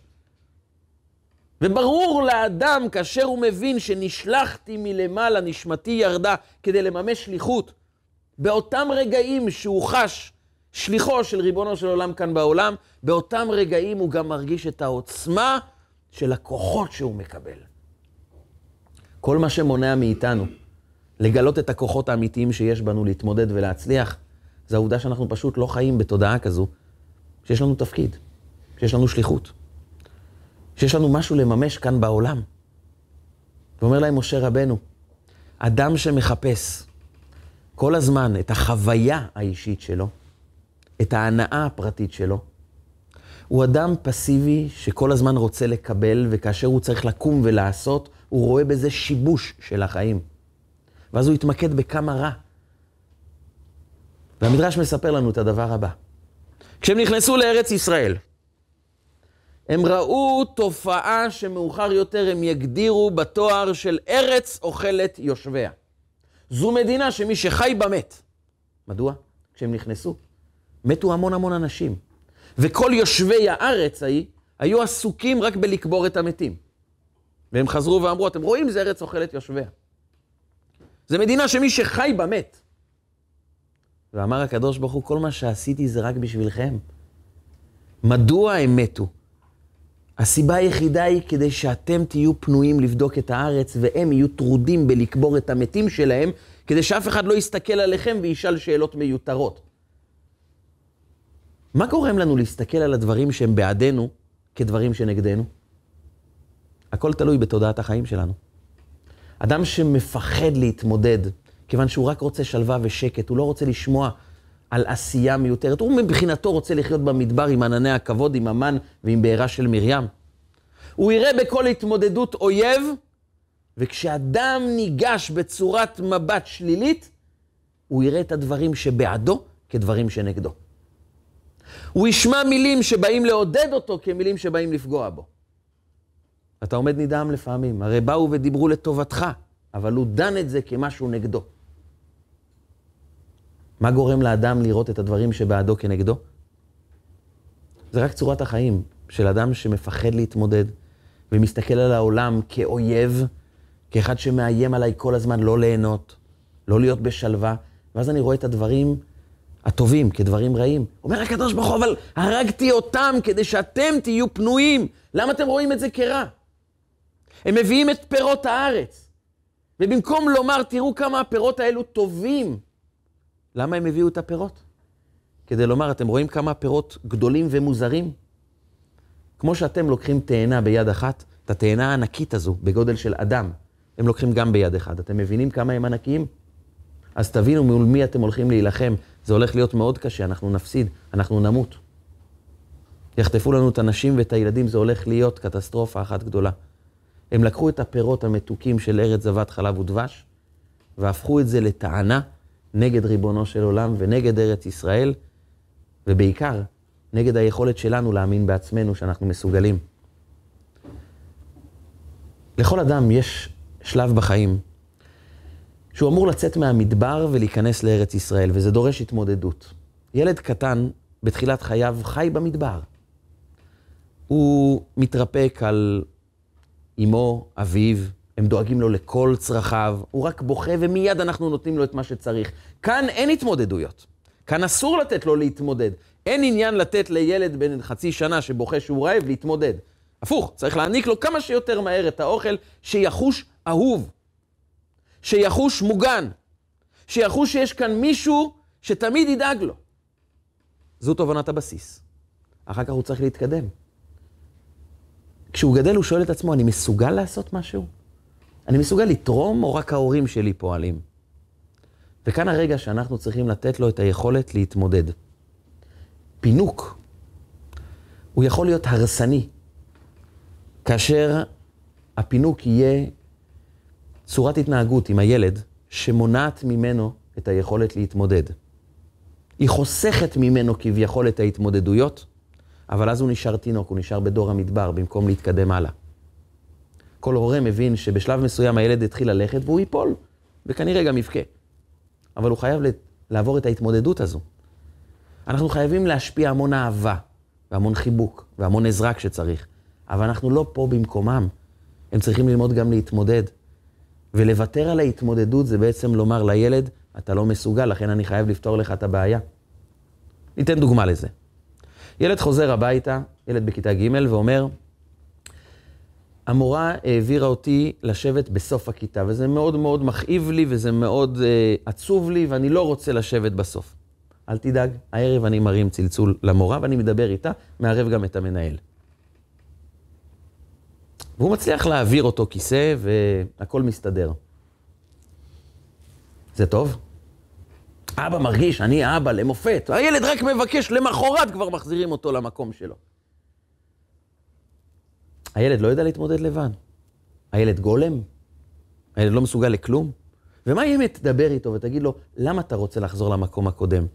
וברור לאדם כאשר הוא מבין שנשלחתי מלמעלה, נשמתי ירדה כדי לממש שליחות, באותם רגעים שהוא חש שליחו של ריבונו של עולם כאן בעולם, באותם רגעים הוא גם מרגיש את העוצמה של הכוחות שהוא מקבל. כל מה שמונע מאיתנו לגלות את הכוחות האמיתיים שיש בנו להתמודד ולהצליח, זה העובדה שאנחנו פשוט לא חיים בתודעה כזו, שיש לנו תפקיד, שיש לנו שליחות, שיש לנו משהו לממש כאן בעולם. ואומר להם משה רבנו, אדם שמחפש כל הזמן את החוויה האישית שלו, את ההנאה הפרטית שלו, הוא אדם פסיבי שכל הזמן רוצה לקבל, וכאשר הוא צריך לקום ולעשות, הוא רואה בזה שיבוש של החיים. ואז הוא יתמקד בכמה רע. והמדרש מספר לנו את הדבר הבא. כשהם נכנסו לארץ ישראל, הם ראו תופעה שמאוחר יותר הם יגדירו בתואר של ארץ אוכלת יושביה. זו מדינה שמי שחי בה מת. מדוע? כשהם נכנסו, מתו המון המון אנשים. וכל יושבי הארץ ההיא היו עסוקים רק בלקבור את המתים. והם חזרו ואמרו, אתם רואים, זה ארץ אוכלת יושביה. זה מדינה שמי שחי בה מת. ואמר הקדוש ברוך הוא, כל מה שעשיתי זה רק בשבילכם. מדוע הם מתו? הסיבה היחידה היא כדי שאתם תהיו פנויים לבדוק את הארץ, והם יהיו טרודים בלקבור את המתים שלהם, כדי שאף אחד לא יסתכל עליכם וישאל שאלות מיותרות. מה גורם לנו להסתכל על הדברים שהם בעדנו כדברים שנגדנו? הכל תלוי בתודעת החיים שלנו. אדם שמפחד להתמודד, כיוון שהוא רק רוצה שלווה ושקט, הוא לא רוצה לשמוע על עשייה מיותרת, הוא מבחינתו רוצה לחיות במדבר עם ענני הכבוד, עם המן ועם בעירה של מרים. הוא יראה בכל התמודדות אויב, וכשאדם ניגש בצורת מבט שלילית, הוא יראה את הדברים שבעדו כדברים שנגדו. הוא ישמע מילים שבאים לעודד אותו כמילים שבאים לפגוע בו. אתה עומד נדהם לפעמים, הרי באו ודיברו לטובתך, אבל הוא דן את זה כמשהו נגדו. מה גורם לאדם לראות את הדברים שבעדו כנגדו? זה רק צורת החיים של אדם שמפחד להתמודד, ומסתכל על העולם כאויב, כאחד שמאיים עליי כל הזמן לא ליהנות, לא להיות בשלווה, ואז אני רואה את הדברים הטובים כדברים רעים. אומר הקדוש ברוך הוא, אבל הרגתי אותם כדי שאתם תהיו פנויים. למה אתם רואים את זה כרע? הם מביאים את פירות הארץ. ובמקום לומר, תראו כמה הפירות האלו טובים. למה הם הביאו את הפירות? כדי לומר, אתם רואים כמה הפירות גדולים ומוזרים? כמו שאתם לוקחים תאנה ביד אחת, את התאנה הענקית הזו, בגודל של אדם, הם לוקחים גם ביד אחד. אתם מבינים כמה הם ענקיים? אז תבינו מול מי אתם הולכים להילחם. זה הולך להיות מאוד קשה, אנחנו נפסיד, אנחנו נמות. יחטפו לנו את הנשים ואת הילדים, זה הולך להיות קטסטרופה אחת גדולה. הם לקחו את הפירות המתוקים של ארץ זבת חלב ודבש, והפכו את זה לטענה נגד ריבונו של עולם ונגד ארץ ישראל, ובעיקר נגד היכולת שלנו להאמין בעצמנו שאנחנו מסוגלים. לכל אדם יש שלב בחיים שהוא אמור לצאת מהמדבר ולהיכנס לארץ ישראל, וזה דורש התמודדות. ילד קטן בתחילת חייו חי במדבר. הוא מתרפק על אמו, אביו, הם דואגים לו לכל צרכיו, הוא רק בוכה ומיד אנחנו נותנים לו את מה שצריך. כאן אין התמודדויות. כאן אסור לתת לו להתמודד. אין עניין לתת לילד בן חצי שנה שבוכה שהוא רעב להתמודד. הפוך, צריך להעניק לו כמה שיותר מהר את האוכל, שיחוש אהוב, שיחוש מוגן, שיחוש שיש כאן מישהו שתמיד ידאג לו. זו תובנת הבסיס. אחר כך הוא צריך להתקדם. כשהוא גדל הוא שואל את עצמו, אני מסוגל לעשות משהו? אני מסוגל לתרום או רק ההורים שלי פועלים? וכאן הרגע שאנחנו צריכים לתת לו את היכולת להתמודד. פינוק, הוא יכול להיות הרסני, כאשר הפינוק יהיה צורת התנהגות עם הילד שמונעת ממנו את היכולת להתמודד. היא חוסכת ממנו כביכול את ההתמודדויות, אבל אז הוא נשאר תינוק, הוא נשאר בדור המדבר במקום להתקדם הלאה. כל הורה מבין שבשלב מסוים הילד התחיל ללכת והוא ייפול, וכנראה גם יבכה. אבל הוא חייב לעבור את ההתמודדות הזו. אנחנו חייבים להשפיע המון אהבה, והמון חיבוק, והמון עזרה כשצריך. אבל אנחנו לא פה במקומם. הם צריכים ללמוד גם להתמודד. ולוותר על ההתמודדות זה בעצם לומר לילד, אתה לא מסוגל, לכן אני חייב לפתור לך את הבעיה. ניתן דוגמה לזה. ילד חוזר הביתה, ילד בכיתה ג' ואומר, המורה העבירה אותי לשבת בסוף הכיתה, וזה מאוד מאוד מכאיב לי, וזה מאוד uh, עצוב לי, ואני לא רוצה לשבת בסוף. אל תדאג, הערב אני מרים צלצול למורה, ואני מדבר איתה, מערב גם את המנהל. והוא מצליח להעביר אותו כיסא, והכל מסתדר. זה טוב? אבא מרגיש, אני אבא למופת. הילד רק מבקש, למחרת כבר מחזירים אותו למקום שלו. הילד לא יודע להתמודד לבד. הילד גולם. הילד לא מסוגל לכלום. ומה אם תדבר איתו ותגיד לו, למה אתה רוצה לחזור למקום הקודם?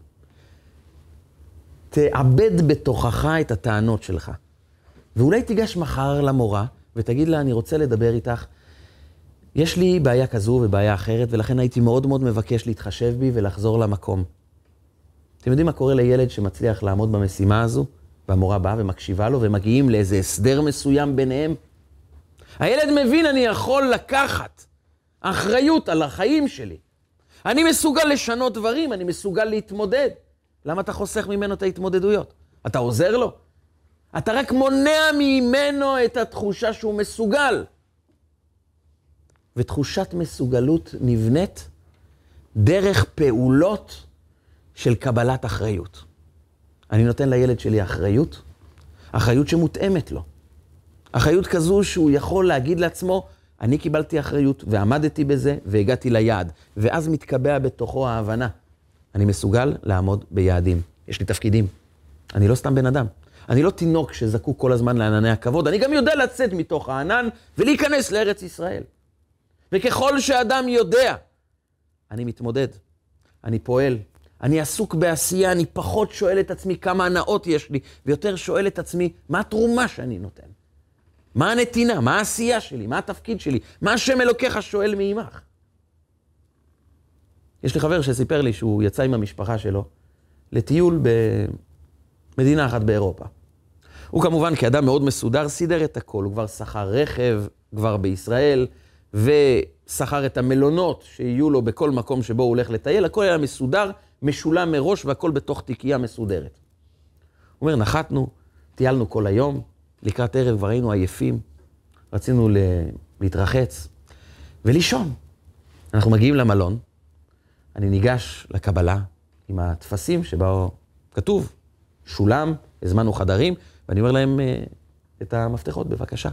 תאבד בתוכך את הטענות שלך. ואולי תיגש מחר למורה ותגיד לה, אני רוצה לדבר איתך. יש לי בעיה כזו ובעיה אחרת, ולכן הייתי מאוד מאוד מבקש להתחשב בי ולחזור למקום. אתם יודעים מה קורה לילד שמצליח לעמוד במשימה הזו? והמורה באה ומקשיבה לו, ומגיעים לאיזה הסדר מסוים ביניהם. הילד מבין, אני יכול לקחת אחריות על החיים שלי. אני מסוגל לשנות דברים, אני מסוגל להתמודד. למה אתה חוסך ממנו את ההתמודדויות? אתה עוזר לו? אתה רק מונע ממנו את התחושה שהוא מסוגל. ותחושת מסוגלות נבנית דרך פעולות של קבלת אחריות. אני נותן לילד שלי אחריות, אחריות שמותאמת לו. אחריות כזו שהוא יכול להגיד לעצמו, אני קיבלתי אחריות ועמדתי בזה והגעתי ליעד. ואז מתקבע בתוכו ההבנה. אני מסוגל לעמוד ביעדים. יש לי תפקידים. אני לא סתם בן אדם. אני לא תינוק שזקוק כל הזמן לענני הכבוד. אני גם יודע לצאת מתוך הענן ולהיכנס לארץ ישראל. וככל שאדם יודע, אני מתמודד, אני פועל, אני עסוק בעשייה, אני פחות שואל את עצמי כמה הנאות יש לי, ויותר שואל את עצמי מה התרומה שאני נותן. מה הנתינה, מה העשייה שלי, מה התפקיד שלי, מה השם אלוקיך שואל מעמך. יש לי חבר שסיפר לי שהוא יצא עם המשפחה שלו לטיול במדינה אחת באירופה. הוא כמובן כאדם מאוד מסודר סידר את הכל, הוא כבר שכר רכב, כבר בישראל, ושכר את המלונות שיהיו לו בכל מקום שבו הוא הולך לטייל, הכל היה מסודר, משולם מראש והכל בתוך תיקייה מסודרת. הוא אומר, נחתנו, טיילנו כל היום, לקראת ערב כבר היינו עייפים, רצינו להתרחץ ולישון. אנחנו מגיעים למלון, אני ניגש לקבלה עם התפסים שבו כתוב, שולם, הזמנו חדרים, ואני אומר להם את המפתחות בבקשה.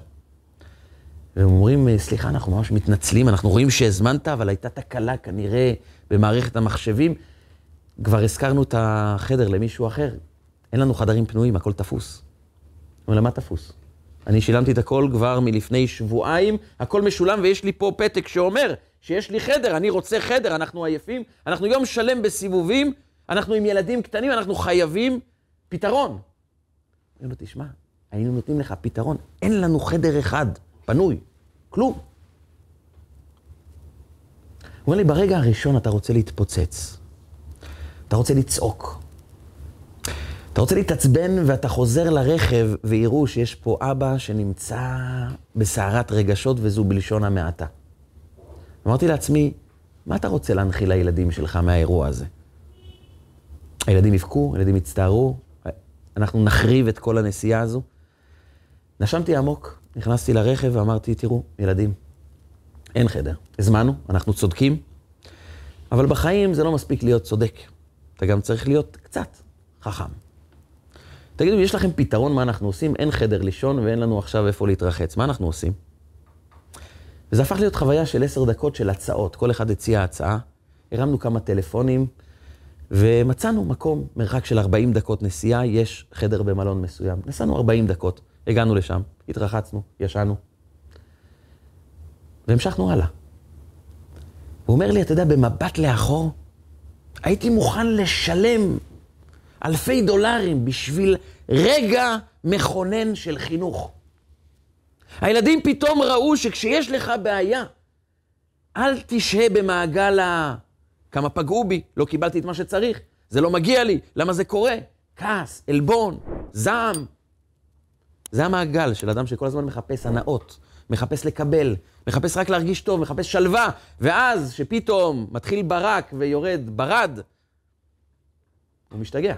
והם אומרים, סליחה, אנחנו ממש מתנצלים, אנחנו רואים שהזמנת, אבל הייתה תקלה כנראה במערכת המחשבים. כבר הזכרנו את החדר למישהו אחר. אין לנו חדרים פנויים, הכל תפוס. אבל למה תפוס? אני שילמתי את הכל כבר מלפני שבועיים, הכל משולם ויש לי פה פתק שאומר שיש לי חדר, אני רוצה חדר, אנחנו עייפים, אנחנו יום שלם בסיבובים, אנחנו עם ילדים קטנים, אנחנו חייבים פתרון. אני לא, תשמע, היינו נותנים לך פתרון, אין לנו חדר אחד. פנוי, כלום. הוא אומר לי, ברגע הראשון אתה רוצה להתפוצץ. אתה רוצה לצעוק. אתה רוצה להתעצבן ואתה חוזר לרכב ויראו שיש פה אבא שנמצא בסערת רגשות וזו בלשון המעטה. אמרתי לעצמי, מה אתה רוצה להנחיל לילדים שלך מהאירוע הזה? הילדים יבכו, הילדים יצטערו, אנחנו נחריב את כל הנסיעה הזו. נשמתי עמוק, נכנסתי לרכב ואמרתי, תראו, ילדים, אין חדר. הזמנו, אנחנו צודקים, אבל בחיים זה לא מספיק להיות צודק. אתה גם צריך להיות קצת חכם. תגידו, יש לכם פתרון מה אנחנו עושים? אין חדר לישון ואין לנו עכשיו איפה להתרחץ. מה אנחנו עושים? וזה הפך להיות חוויה של עשר דקות של הצעות. כל אחד הציע הצעה, הרמנו כמה טלפונים, ומצאנו מקום, מרחק של ארבעים דקות נסיעה, יש חדר במלון מסוים. נסענו ארבעים דקות, הגענו לשם, התרחצנו, ישנו, והמשכנו הלאה. הוא אומר לי, אתה יודע, במבט לאחור, הייתי מוכן לשלם אלפי דולרים בשביל רגע מכונן של חינוך. הילדים פתאום ראו שכשיש לך בעיה, אל תשהה במעגל ה... כמה פגעו בי, לא קיבלתי את מה שצריך, זה לא מגיע לי, למה זה קורה? כעס, אלבון, זעם. זה המעגל של אדם שכל הזמן מחפש הנאות, מחפש לקבל, מחפש רק להרגיש טוב, מחפש שלווה, ואז שפתאום מתחיל ברק ויורד ברד, הוא משתגע.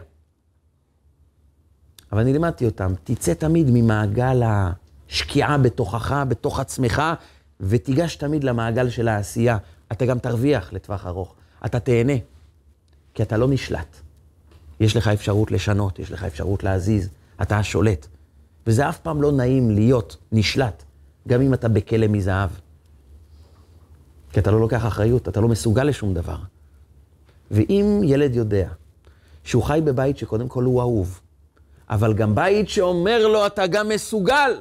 אבל אני לימדתי אותם, תצא תמיד ממעגל השקיעה בתוכך, בתוך עצמך, ותיגש תמיד למעגל של העשייה. אתה גם תרוויח לטווח ארוך. אתה תהנה, כי אתה לא נשלט. יש לך אפשרות לשנות, יש לך אפשרות להזיז, אתה השולט. וזה אף פעם לא נעים להיות נשלט, גם אם אתה בכלא מזהב. כי אתה לא לוקח אחריות, אתה לא מסוגל לשום דבר. ואם ילד יודע שהוא חי בבית שקודם כל הוא אהוב, אבל גם בית שאומר לו אתה גם מסוגל,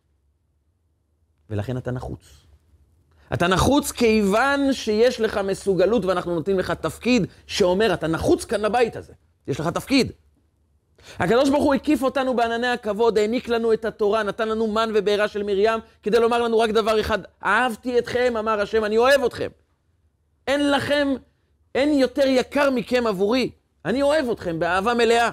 ולכן אתה נחוץ. אתה נחוץ כיוון שיש לך מסוגלות, ואנחנו נותנים לך תפקיד שאומר, אתה נחוץ כאן לבית הזה. יש לך תפקיד. הקדוש ברוך הוא הקיף אותנו בענני הכבוד, העניק לנו את התורה, נתן לנו מן ובעירה של מרים, כדי לומר לנו רק דבר אחד, אהבתי אתכם, אמר השם, אני אוהב אתכם. אין לכם, אין יותר יקר מכם עבורי. אני אוהב אתכם באהבה מלאה.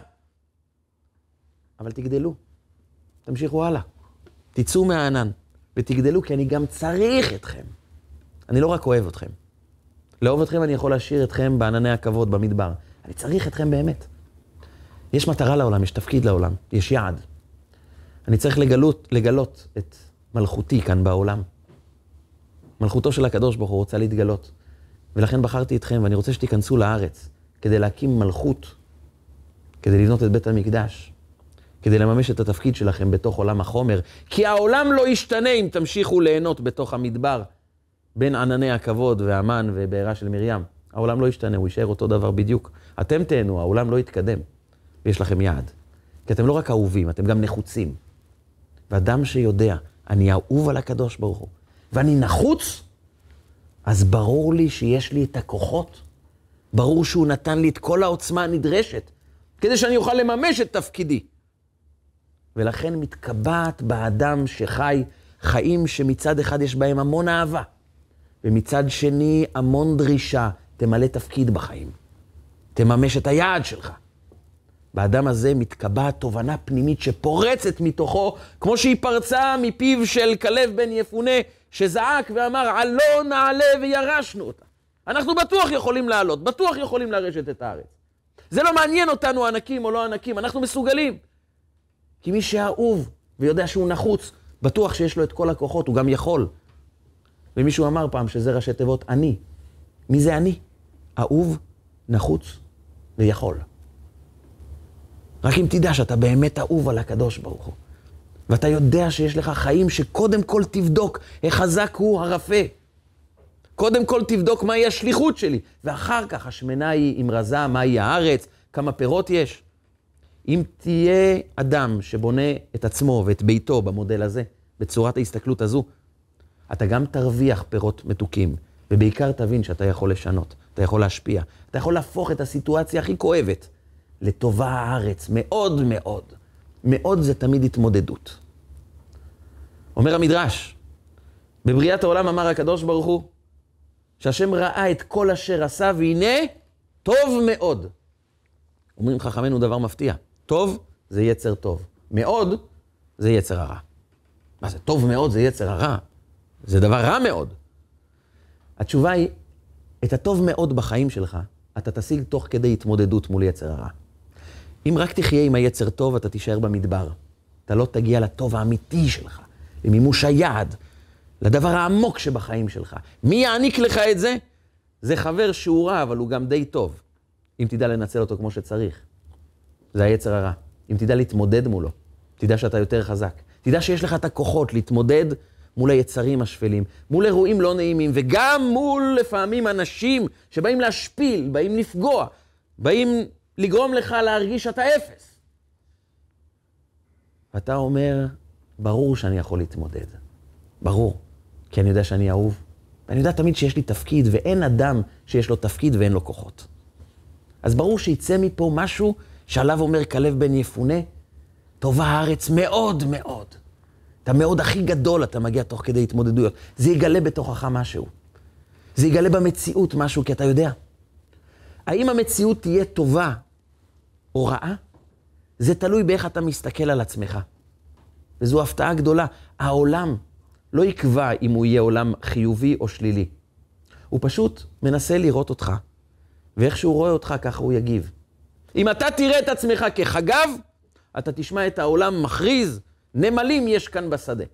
אבל תגדלו, תמשיכו הלאה. תצאו מהענן ותגדלו, כי אני גם צריך אתכם. אני לא רק אוהב אתכם. לאהוב אתכם אני יכול להשאיר אתכם בענני הכבוד, במדבר. אני צריך אתכם באמת. יש מטרה לעולם, יש תפקיד לעולם, יש יעד. אני צריך לגלות, לגלות את מלכותי כאן בעולם. מלכותו של הקדוש ברוך הוא רוצה להתגלות. ולכן בחרתי אתכם, ואני רוצה שתיכנסו לארץ, כדי להקים מלכות, כדי לבנות את בית המקדש, כדי לממש את התפקיד שלכם בתוך עולם החומר. כי העולם לא ישתנה אם תמשיכו ליהנות בתוך המדבר, בין ענני הכבוד והמן ובעירה של מרים. העולם לא ישתנה, הוא יישאר אותו דבר בדיוק. אתם תהנו, העולם לא יתקדם. ויש לכם יעד. כי אתם לא רק אהובים, אתם גם נחוצים. ואדם שיודע, אני אהוב על הקדוש ברוך הוא, ואני נחוץ, אז ברור לי שיש לי את הכוחות, ברור שהוא נתן לי את כל העוצמה הנדרשת, כדי שאני אוכל לממש את תפקידי. ולכן מתקבעת באדם שחי חיים שמצד אחד יש בהם המון אהבה, ומצד שני המון דרישה, תמלא תפקיד בחיים. תממש את היעד שלך. באדם הזה מתקבעת תובנה פנימית שפורצת מתוכו, כמו שהיא פרצה מפיו של כלב בן יפונה, שזעק ואמר, עלו נעלה וירשנו אותה. אנחנו בטוח יכולים לעלות, בטוח יכולים לרשת את הארץ. זה לא מעניין אותנו ענקים או לא ענקים, אנחנו מסוגלים. כי מי שאהוב ויודע שהוא נחוץ, בטוח שיש לו את כל הכוחות, הוא גם יכול. ומישהו אמר פעם שזה ראשי תיבות אני. מי זה אני? אהוב, נחוץ ויכול. רק אם תדע שאתה באמת אהוב על הקדוש ברוך הוא, ואתה יודע שיש לך חיים שקודם כל תבדוק איך חזק הוא הרפא. קודם כל תבדוק מהי השליחות שלי, ואחר כך השמנה היא עם רזה, מהי הארץ, כמה פירות יש. אם תהיה אדם שבונה את עצמו ואת ביתו במודל הזה, בצורת ההסתכלות הזו, אתה גם תרוויח פירות מתוקים, ובעיקר תבין שאתה יכול לשנות, אתה יכול להשפיע, אתה יכול להפוך את הסיטואציה הכי כואבת לטובה הארץ, מאוד מאוד. מאוד זה תמיד התמודדות. אומר המדרש, בבריאת העולם אמר הקדוש ברוך הוא, שהשם ראה את כל אשר עשה, והנה טוב מאוד. אומרים חכמינו דבר מפתיע, טוב זה יצר טוב, מאוד זה יצר הרע. מה זה טוב מאוד זה יצר הרע? זה דבר רע מאוד. התשובה היא, את הטוב מאוד בחיים שלך, אתה תשיג תוך כדי התמודדות מול יצר הרע. אם רק תחיה עם היצר טוב, אתה תישאר במדבר. אתה לא תגיע לטוב האמיתי שלך, למימוש היעד, לדבר העמוק שבחיים שלך. מי יעניק לך את זה? זה חבר שהוא רע, אבל הוא גם די טוב. אם תדע לנצל אותו כמו שצריך. זה היצר הרע. אם תדע להתמודד מולו, תדע שאתה יותר חזק. תדע שיש לך את הכוחות להתמודד מול היצרים השפלים, מול אירועים לא נעימים, וגם מול לפעמים אנשים שבאים להשפיל, באים לפגוע, באים לגרום לך להרגיש שאתה אפס. ואתה אומר, ברור שאני יכול להתמודד. ברור. כי אני יודע שאני אהוב. ואני יודע תמיד שיש לי תפקיד, ואין אדם שיש לו תפקיד ואין לו כוחות. אז ברור שיצא מפה משהו שעליו אומר כלב בן יפונה, טובה הארץ מאוד מאוד. אתה מאוד הכי גדול, אתה מגיע תוך כדי התמודדויות. זה יגלה בתוכך משהו. זה יגלה במציאות משהו, כי אתה יודע. האם המציאות תהיה טובה או רעה? זה תלוי באיך אתה מסתכל על עצמך. וזו הפתעה גדולה. העולם לא יקבע אם הוא יהיה עולם חיובי או שלילי. הוא פשוט מנסה לראות אותך, ואיך שהוא רואה אותך, ככה הוא יגיב. אם אתה תראה את עצמך כחגב, אתה תשמע את העולם מכריז, נמלים יש כאן בשדה.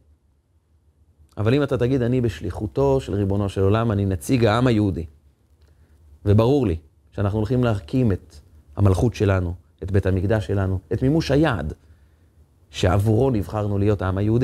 אבל אם אתה תגיד, אני בשליחותו של ריבונו של עולם, אני נציג העם היהודי. וברור לי שאנחנו הולכים להקים את המלכות שלנו, את בית המקדש שלנו, את מימוש היעד, שעבורו נבחרנו להיות העם היהודי.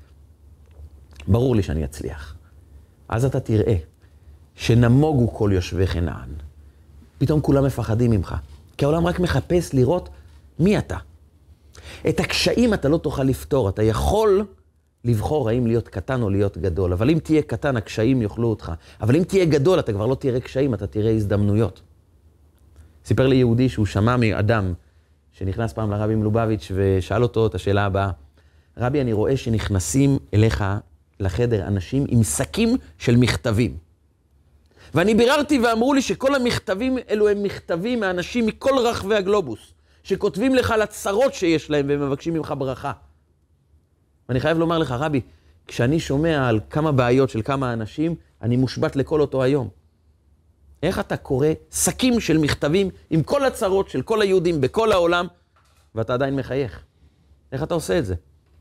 ברור לי שאני אצליח. אז אתה תראה שנמוגו כל יושבי חנען. פתאום כולם מפחדים ממך. כי העולם רק מחפש לראות מי אתה. את הקשיים אתה לא תוכל לפתור. אתה יכול לבחור האם להיות קטן או להיות גדול. אבל אם תהיה קטן, הקשיים יאכלו אותך. אבל אם תהיה גדול, אתה כבר לא תראה קשיים, אתה תראה הזדמנויות. סיפר לי יהודי שהוא שמע מאדם שנכנס פעם לרבי מלובביץ' ושאל אותו את השאלה הבאה. רבי, אני רואה שנכנסים אליך לחדר אנשים עם שקים של מכתבים. ואני ביררתי ואמרו לי שכל המכתבים אלו הם מכתבים מאנשים מכל רחבי הגלובוס, שכותבים לך על הצרות שיש להם והם מבקשים ממך ברכה. ואני חייב לומר לך, רבי, כשאני שומע על כמה בעיות של כמה אנשים, אני מושבת לכל אותו היום. איך אתה קורא שקים של מכתבים עם כל הצרות של כל היהודים בכל העולם, ואתה עדיין מחייך? איך אתה עושה את זה?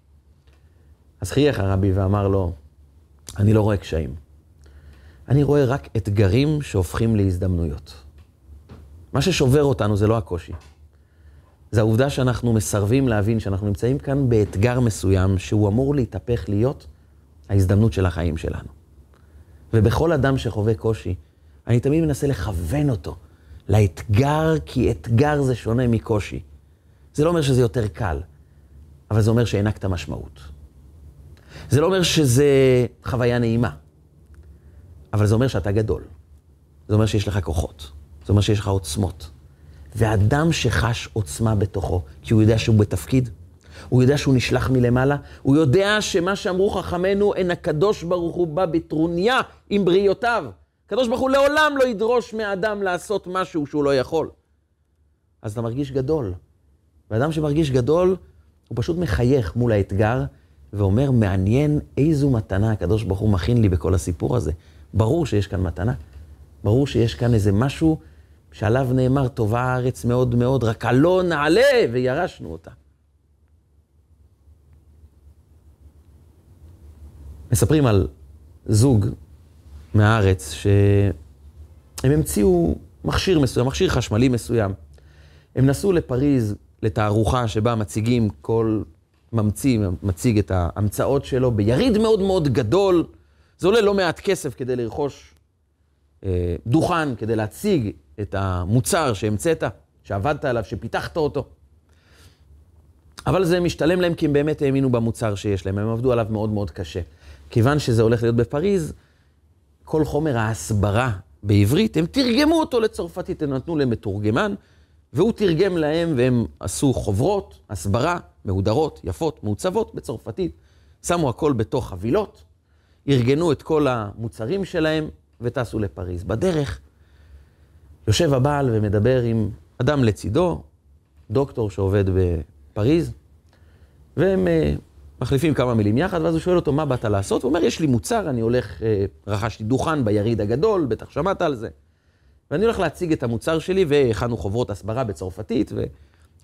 אז חייך הרבי ואמר לו, אני לא רואה קשיים. אני רואה רק אתגרים שהופכים להזדמנויות. מה ששובר אותנו זה לא הקושי. זה העובדה שאנחנו מסרבים להבין שאנחנו נמצאים כאן באתגר מסוים שהוא אמור להתהפך להיות ההזדמנות של החיים שלנו. ובכל אדם שחווה קושי, אני תמיד מנסה לכוון אותו לאתגר, כי אתגר זה שונה מקושי. זה לא אומר שזה יותר קל, אבל זה אומר שהענקת משמעות. זה לא אומר שזה חוויה נעימה, אבל זה אומר שאתה גדול. זה אומר שיש לך כוחות. זה אומר שיש לך עוצמות. ואדם שחש עוצמה בתוכו, כי הוא יודע שהוא בתפקיד, הוא יודע שהוא נשלח מלמעלה, הוא יודע שמה שאמרו חכמינו, אין הקדוש ברוך הוא בא בטרוניה עם בריאותיו. הקדוש ברוך הוא לעולם לא ידרוש מאדם לעשות משהו שהוא לא יכול. אז אתה מרגיש גדול. ואדם שמרגיש גדול, הוא פשוט מחייך מול האתגר, ואומר, מעניין איזו מתנה הקדוש ברוך הוא מכין לי בכל הסיפור הזה. ברור שיש כאן מתנה. ברור שיש כאן איזה משהו שעליו נאמר, טובה הארץ מאוד מאוד, רק לא נעלה וירשנו אותה. מספרים על זוג מהארץ שהם המציאו מכשיר מסוים, מכשיר חשמלי מסוים. הם נסעו לפריז לתערוכה שבה מציגים כל ממציא, מציג את ההמצאות שלו ביריד מאוד מאוד גדול. זה עולה לא מעט כסף כדי לרכוש אה, דוכן, כדי להציג את המוצר שהמצאת, שעבדת עליו, שפיתחת אותו. אבל זה משתלם להם כי הם באמת האמינו במוצר שיש להם, הם עבדו עליו מאוד מאוד קשה. כיוון שזה הולך להיות בפריז, כל חומר ההסברה בעברית, הם תרגמו אותו לצרפתית, הם נתנו להם מתורגמן, והוא תרגם להם והם עשו חוברות, הסברה, מהודרות, יפות, מעוצבות בצרפתית, שמו הכל בתוך חבילות, ארגנו את כל המוצרים שלהם וטסו לפריז. בדרך יושב הבעל ומדבר עם אדם לצידו, דוקטור שעובד בפריז, והם uh, מחליפים כמה מילים יחד, ואז הוא שואל אותו מה באת לעשות, הוא אומר, יש לי מוצר, אני הולך, uh, רכשתי דוכן ביריד הגדול, בטח שמעת על זה, ואני הולך להציג את המוצר שלי, והכנו חוברות הסברה בצרפתית,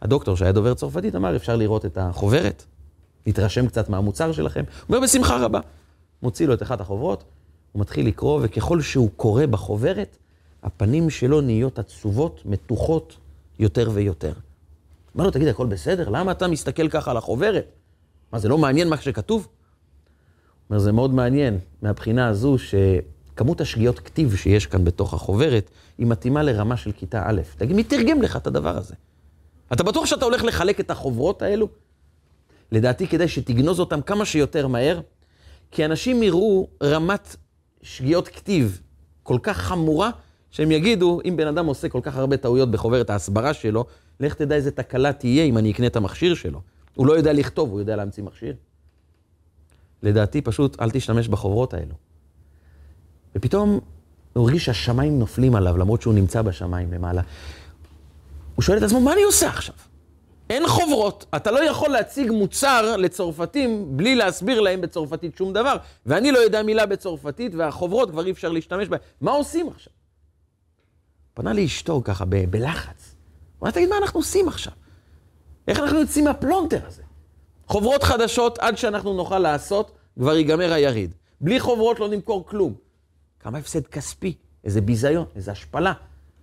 הדוקטור שהיה דובר צרפתית אמר, אפשר לראות את החוברת, להתרשם קצת מהמוצר שלכם. הוא אומר, בשמחה רבה. מוציא לו את אחת החוברות, הוא מתחיל לקרוא, וככל שהוא קורא בחוברת, הפנים שלו נהיות עצובות, מתוחות יותר ויותר. אמר לו, תגיד, הכל בסדר? למה אתה מסתכל ככה על החוברת? מה, זה לא מעניין מה שכתוב? הוא אומר, זה מאוד מעניין, מהבחינה הזו שכמות השגיאות כתיב שיש כאן בתוך החוברת, היא מתאימה לרמה של כיתה א'. תגיד, מי תרגם לך את הדבר הזה? אתה בטוח שאתה הולך לחלק את החוברות האלו? לדעתי, כדאי שתגנוז אותם כמה שיותר מהר, כי אנשים יראו רמת שגיאות כתיב כל כך חמורה, שהם יגידו, אם בן אדם עושה כל כך הרבה טעויות בחוברת ההסברה שלו, לך תדע איזה תקלה תהיה אם אני אקנה את המכשיר שלו. הוא לא יודע לכתוב, הוא יודע להמציא מכשיר. לדעתי פשוט אל תשתמש בחוברות האלו. ופתאום הוא הרגיש שהשמיים נופלים עליו, למרות שהוא נמצא בשמיים למעלה. הוא שואל את עצמו, מה אני עושה עכשיו? אין חוברות, אתה לא יכול להציג מוצר לצרפתים בלי להסביר להם בצרפתית שום דבר, ואני לא יודע מילה בצרפתית, והחוברות כבר אי אפשר להשתמש בהן. מה עושים עכשיו? פנה לאשתו ככה ב- בלחץ. הוא אמר, תגיד, מה אנחנו עושים עכשיו? איך אנחנו יוצאים מהפלונטר הזה? חוברות חדשות, עד שאנחנו נוכל לעשות, כבר ייגמר היריד. בלי חוברות לא נמכור כלום. כמה הפסד כספי, איזה ביזיון, איזה השפלה.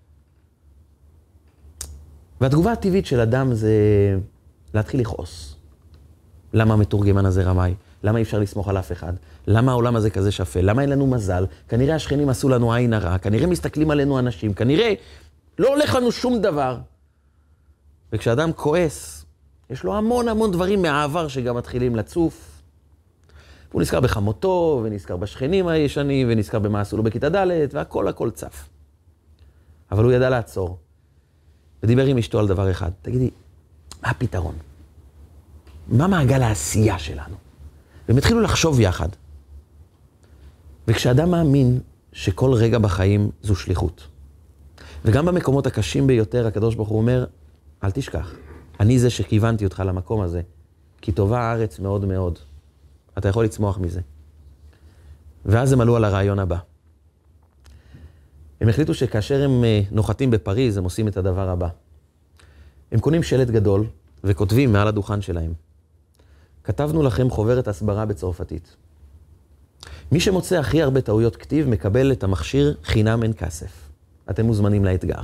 והתגובה הטבעית של אדם זה להתחיל לכעוס. למה המתורגמן הזה רמאי? למה אי אפשר לסמוך על אף אחד? למה העולם הזה כזה שפל? למה אין לנו מזל? כנראה השכנים עשו לנו עין הרע, כנראה מסתכלים עלינו אנשים, כנראה לא הולך לנו שום דבר. וכשאדם כועס, יש לו המון המון דברים מהעבר שגם מתחילים לצוף. הוא נזכר בחמותו, ונזכר בשכנים הישנים, ונזכר במה עשו לו בכיתה ד', והכל הכל צף. אבל הוא ידע לעצור. ודיבר עם אשתו על דבר אחד. תגידי, מה הפתרון? מה מעגל העשייה שלנו? והם התחילו לחשוב יחד. וכשאדם מאמין שכל רגע בחיים זו שליחות, וגם במקומות הקשים ביותר, הקדוש ברוך הוא אומר, אל תשכח, אני זה שכיוונתי אותך למקום הזה, כי טובה הארץ מאוד מאוד. אתה יכול לצמוח מזה. ואז הם עלו על הרעיון הבא. הם החליטו שכאשר הם נוחתים בפריז, הם עושים את הדבר הבא. הם קונים שלט גדול וכותבים מעל הדוכן שלהם. כתבנו לכם חוברת הסברה בצרפתית. מי שמוצא הכי הרבה טעויות כתיב מקבל את המכשיר חינם אין כסף. אתם מוזמנים לאתגר.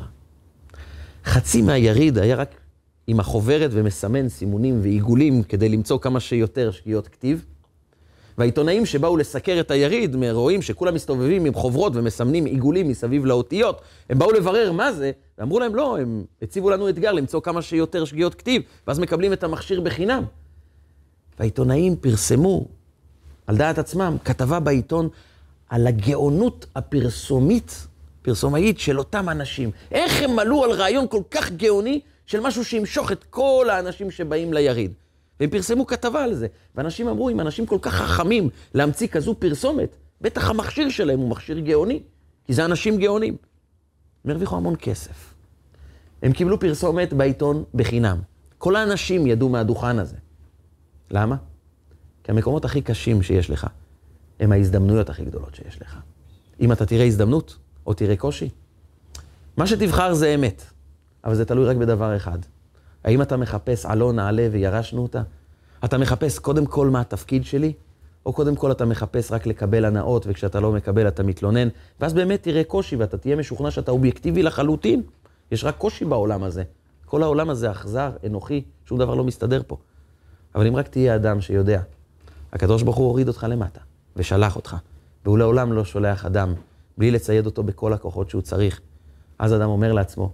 חצי מהיריד היה רק עם החוברת ומסמן סימונים ועיגולים כדי למצוא כמה שיותר שגיאות כתיב. והעיתונאים שבאו לסקר את היריד, רואים שכולם מסתובבים עם חוברות ומסמנים עיגולים מסביב לאותיות, הם באו לברר מה זה, ואמרו להם לא, הם הציבו לנו אתגר למצוא כמה שיותר שגיאות כתיב, ואז מקבלים את המכשיר בחינם. והעיתונאים פרסמו, על דעת עצמם, כתבה בעיתון על הגאונות הפרסומית, פרסומאית של אותם אנשים. איך הם עלו על רעיון כל כך גאוני של משהו שימשוך את כל האנשים שבאים ליריד. והם פרסמו כתבה על זה, ואנשים אמרו, אם אנשים כל כך חכמים להמציא כזו פרסומת, בטח המכשיר שלהם הוא מכשיר גאוני, כי זה אנשים גאונים. הם הרוויחו המון כסף. הם קיבלו פרסומת בעיתון בחינם. כל האנשים ידעו מהדוכן הזה. למה? כי המקומות הכי קשים שיש לך, הם ההזדמנויות הכי גדולות שיש לך. אם אתה תראה הזדמנות, או תראה קושי, מה שתבחר זה אמת, אבל זה תלוי רק בדבר אחד. האם אתה מחפש עלה נעלה וירשנו אותה? אתה מחפש קודם כל מה התפקיד שלי, או קודם כל אתה מחפש רק לקבל הנאות, וכשאתה לא מקבל אתה מתלונן, ואז באמת תראה קושי, ואתה תהיה משוכנע שאתה אובייקטיבי לחלוטין. יש רק קושי בעולם הזה. כל העולם הזה אכזר, אנוכי, שום דבר לא מסתדר פה. אבל אם רק תהיה אדם שיודע, הקדוש ברוך הוא הוריד אותך למטה, ושלח אותך, והוא לעולם לא שולח אדם, בלי לצייד אותו בכל הכוחות שהוא צריך. אז אדם אומר לעצמו,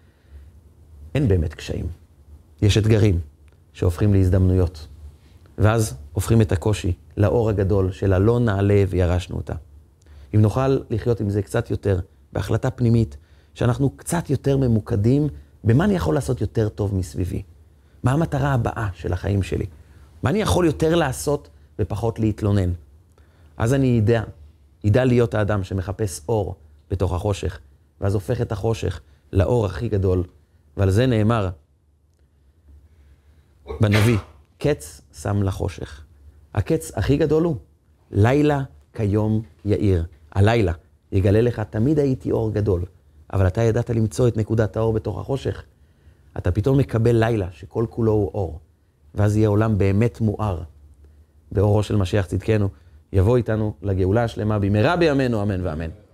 אין באמת קשיים. יש אתגרים שהופכים להזדמנויות. ואז הופכים את הקושי לאור הגדול של הלא נעלה וירשנו אותה. אם נוכל לחיות עם זה קצת יותר, בהחלטה פנימית, שאנחנו קצת יותר ממוקדים, במה אני יכול לעשות יותר טוב מסביבי? מה המטרה הבאה של החיים שלי? מה אני יכול יותר לעשות ופחות להתלונן? אז אני ידע, ידע להיות האדם שמחפש אור בתוך החושך, ואז הופך את החושך לאור הכי גדול. ועל זה נאמר בנביא, קץ שם לחושך. הקץ הכי גדול הוא, לילה כיום יאיר. הלילה יגלה לך, תמיד הייתי אור גדול, אבל אתה ידעת למצוא את נקודת האור בתוך החושך. אתה פתאום מקבל לילה שכל כולו הוא אור, ואז יהיה עולם באמת מואר, באורו של משיח צדקנו, יבוא איתנו לגאולה השלמה במהרה בימינו, אמן ואמן.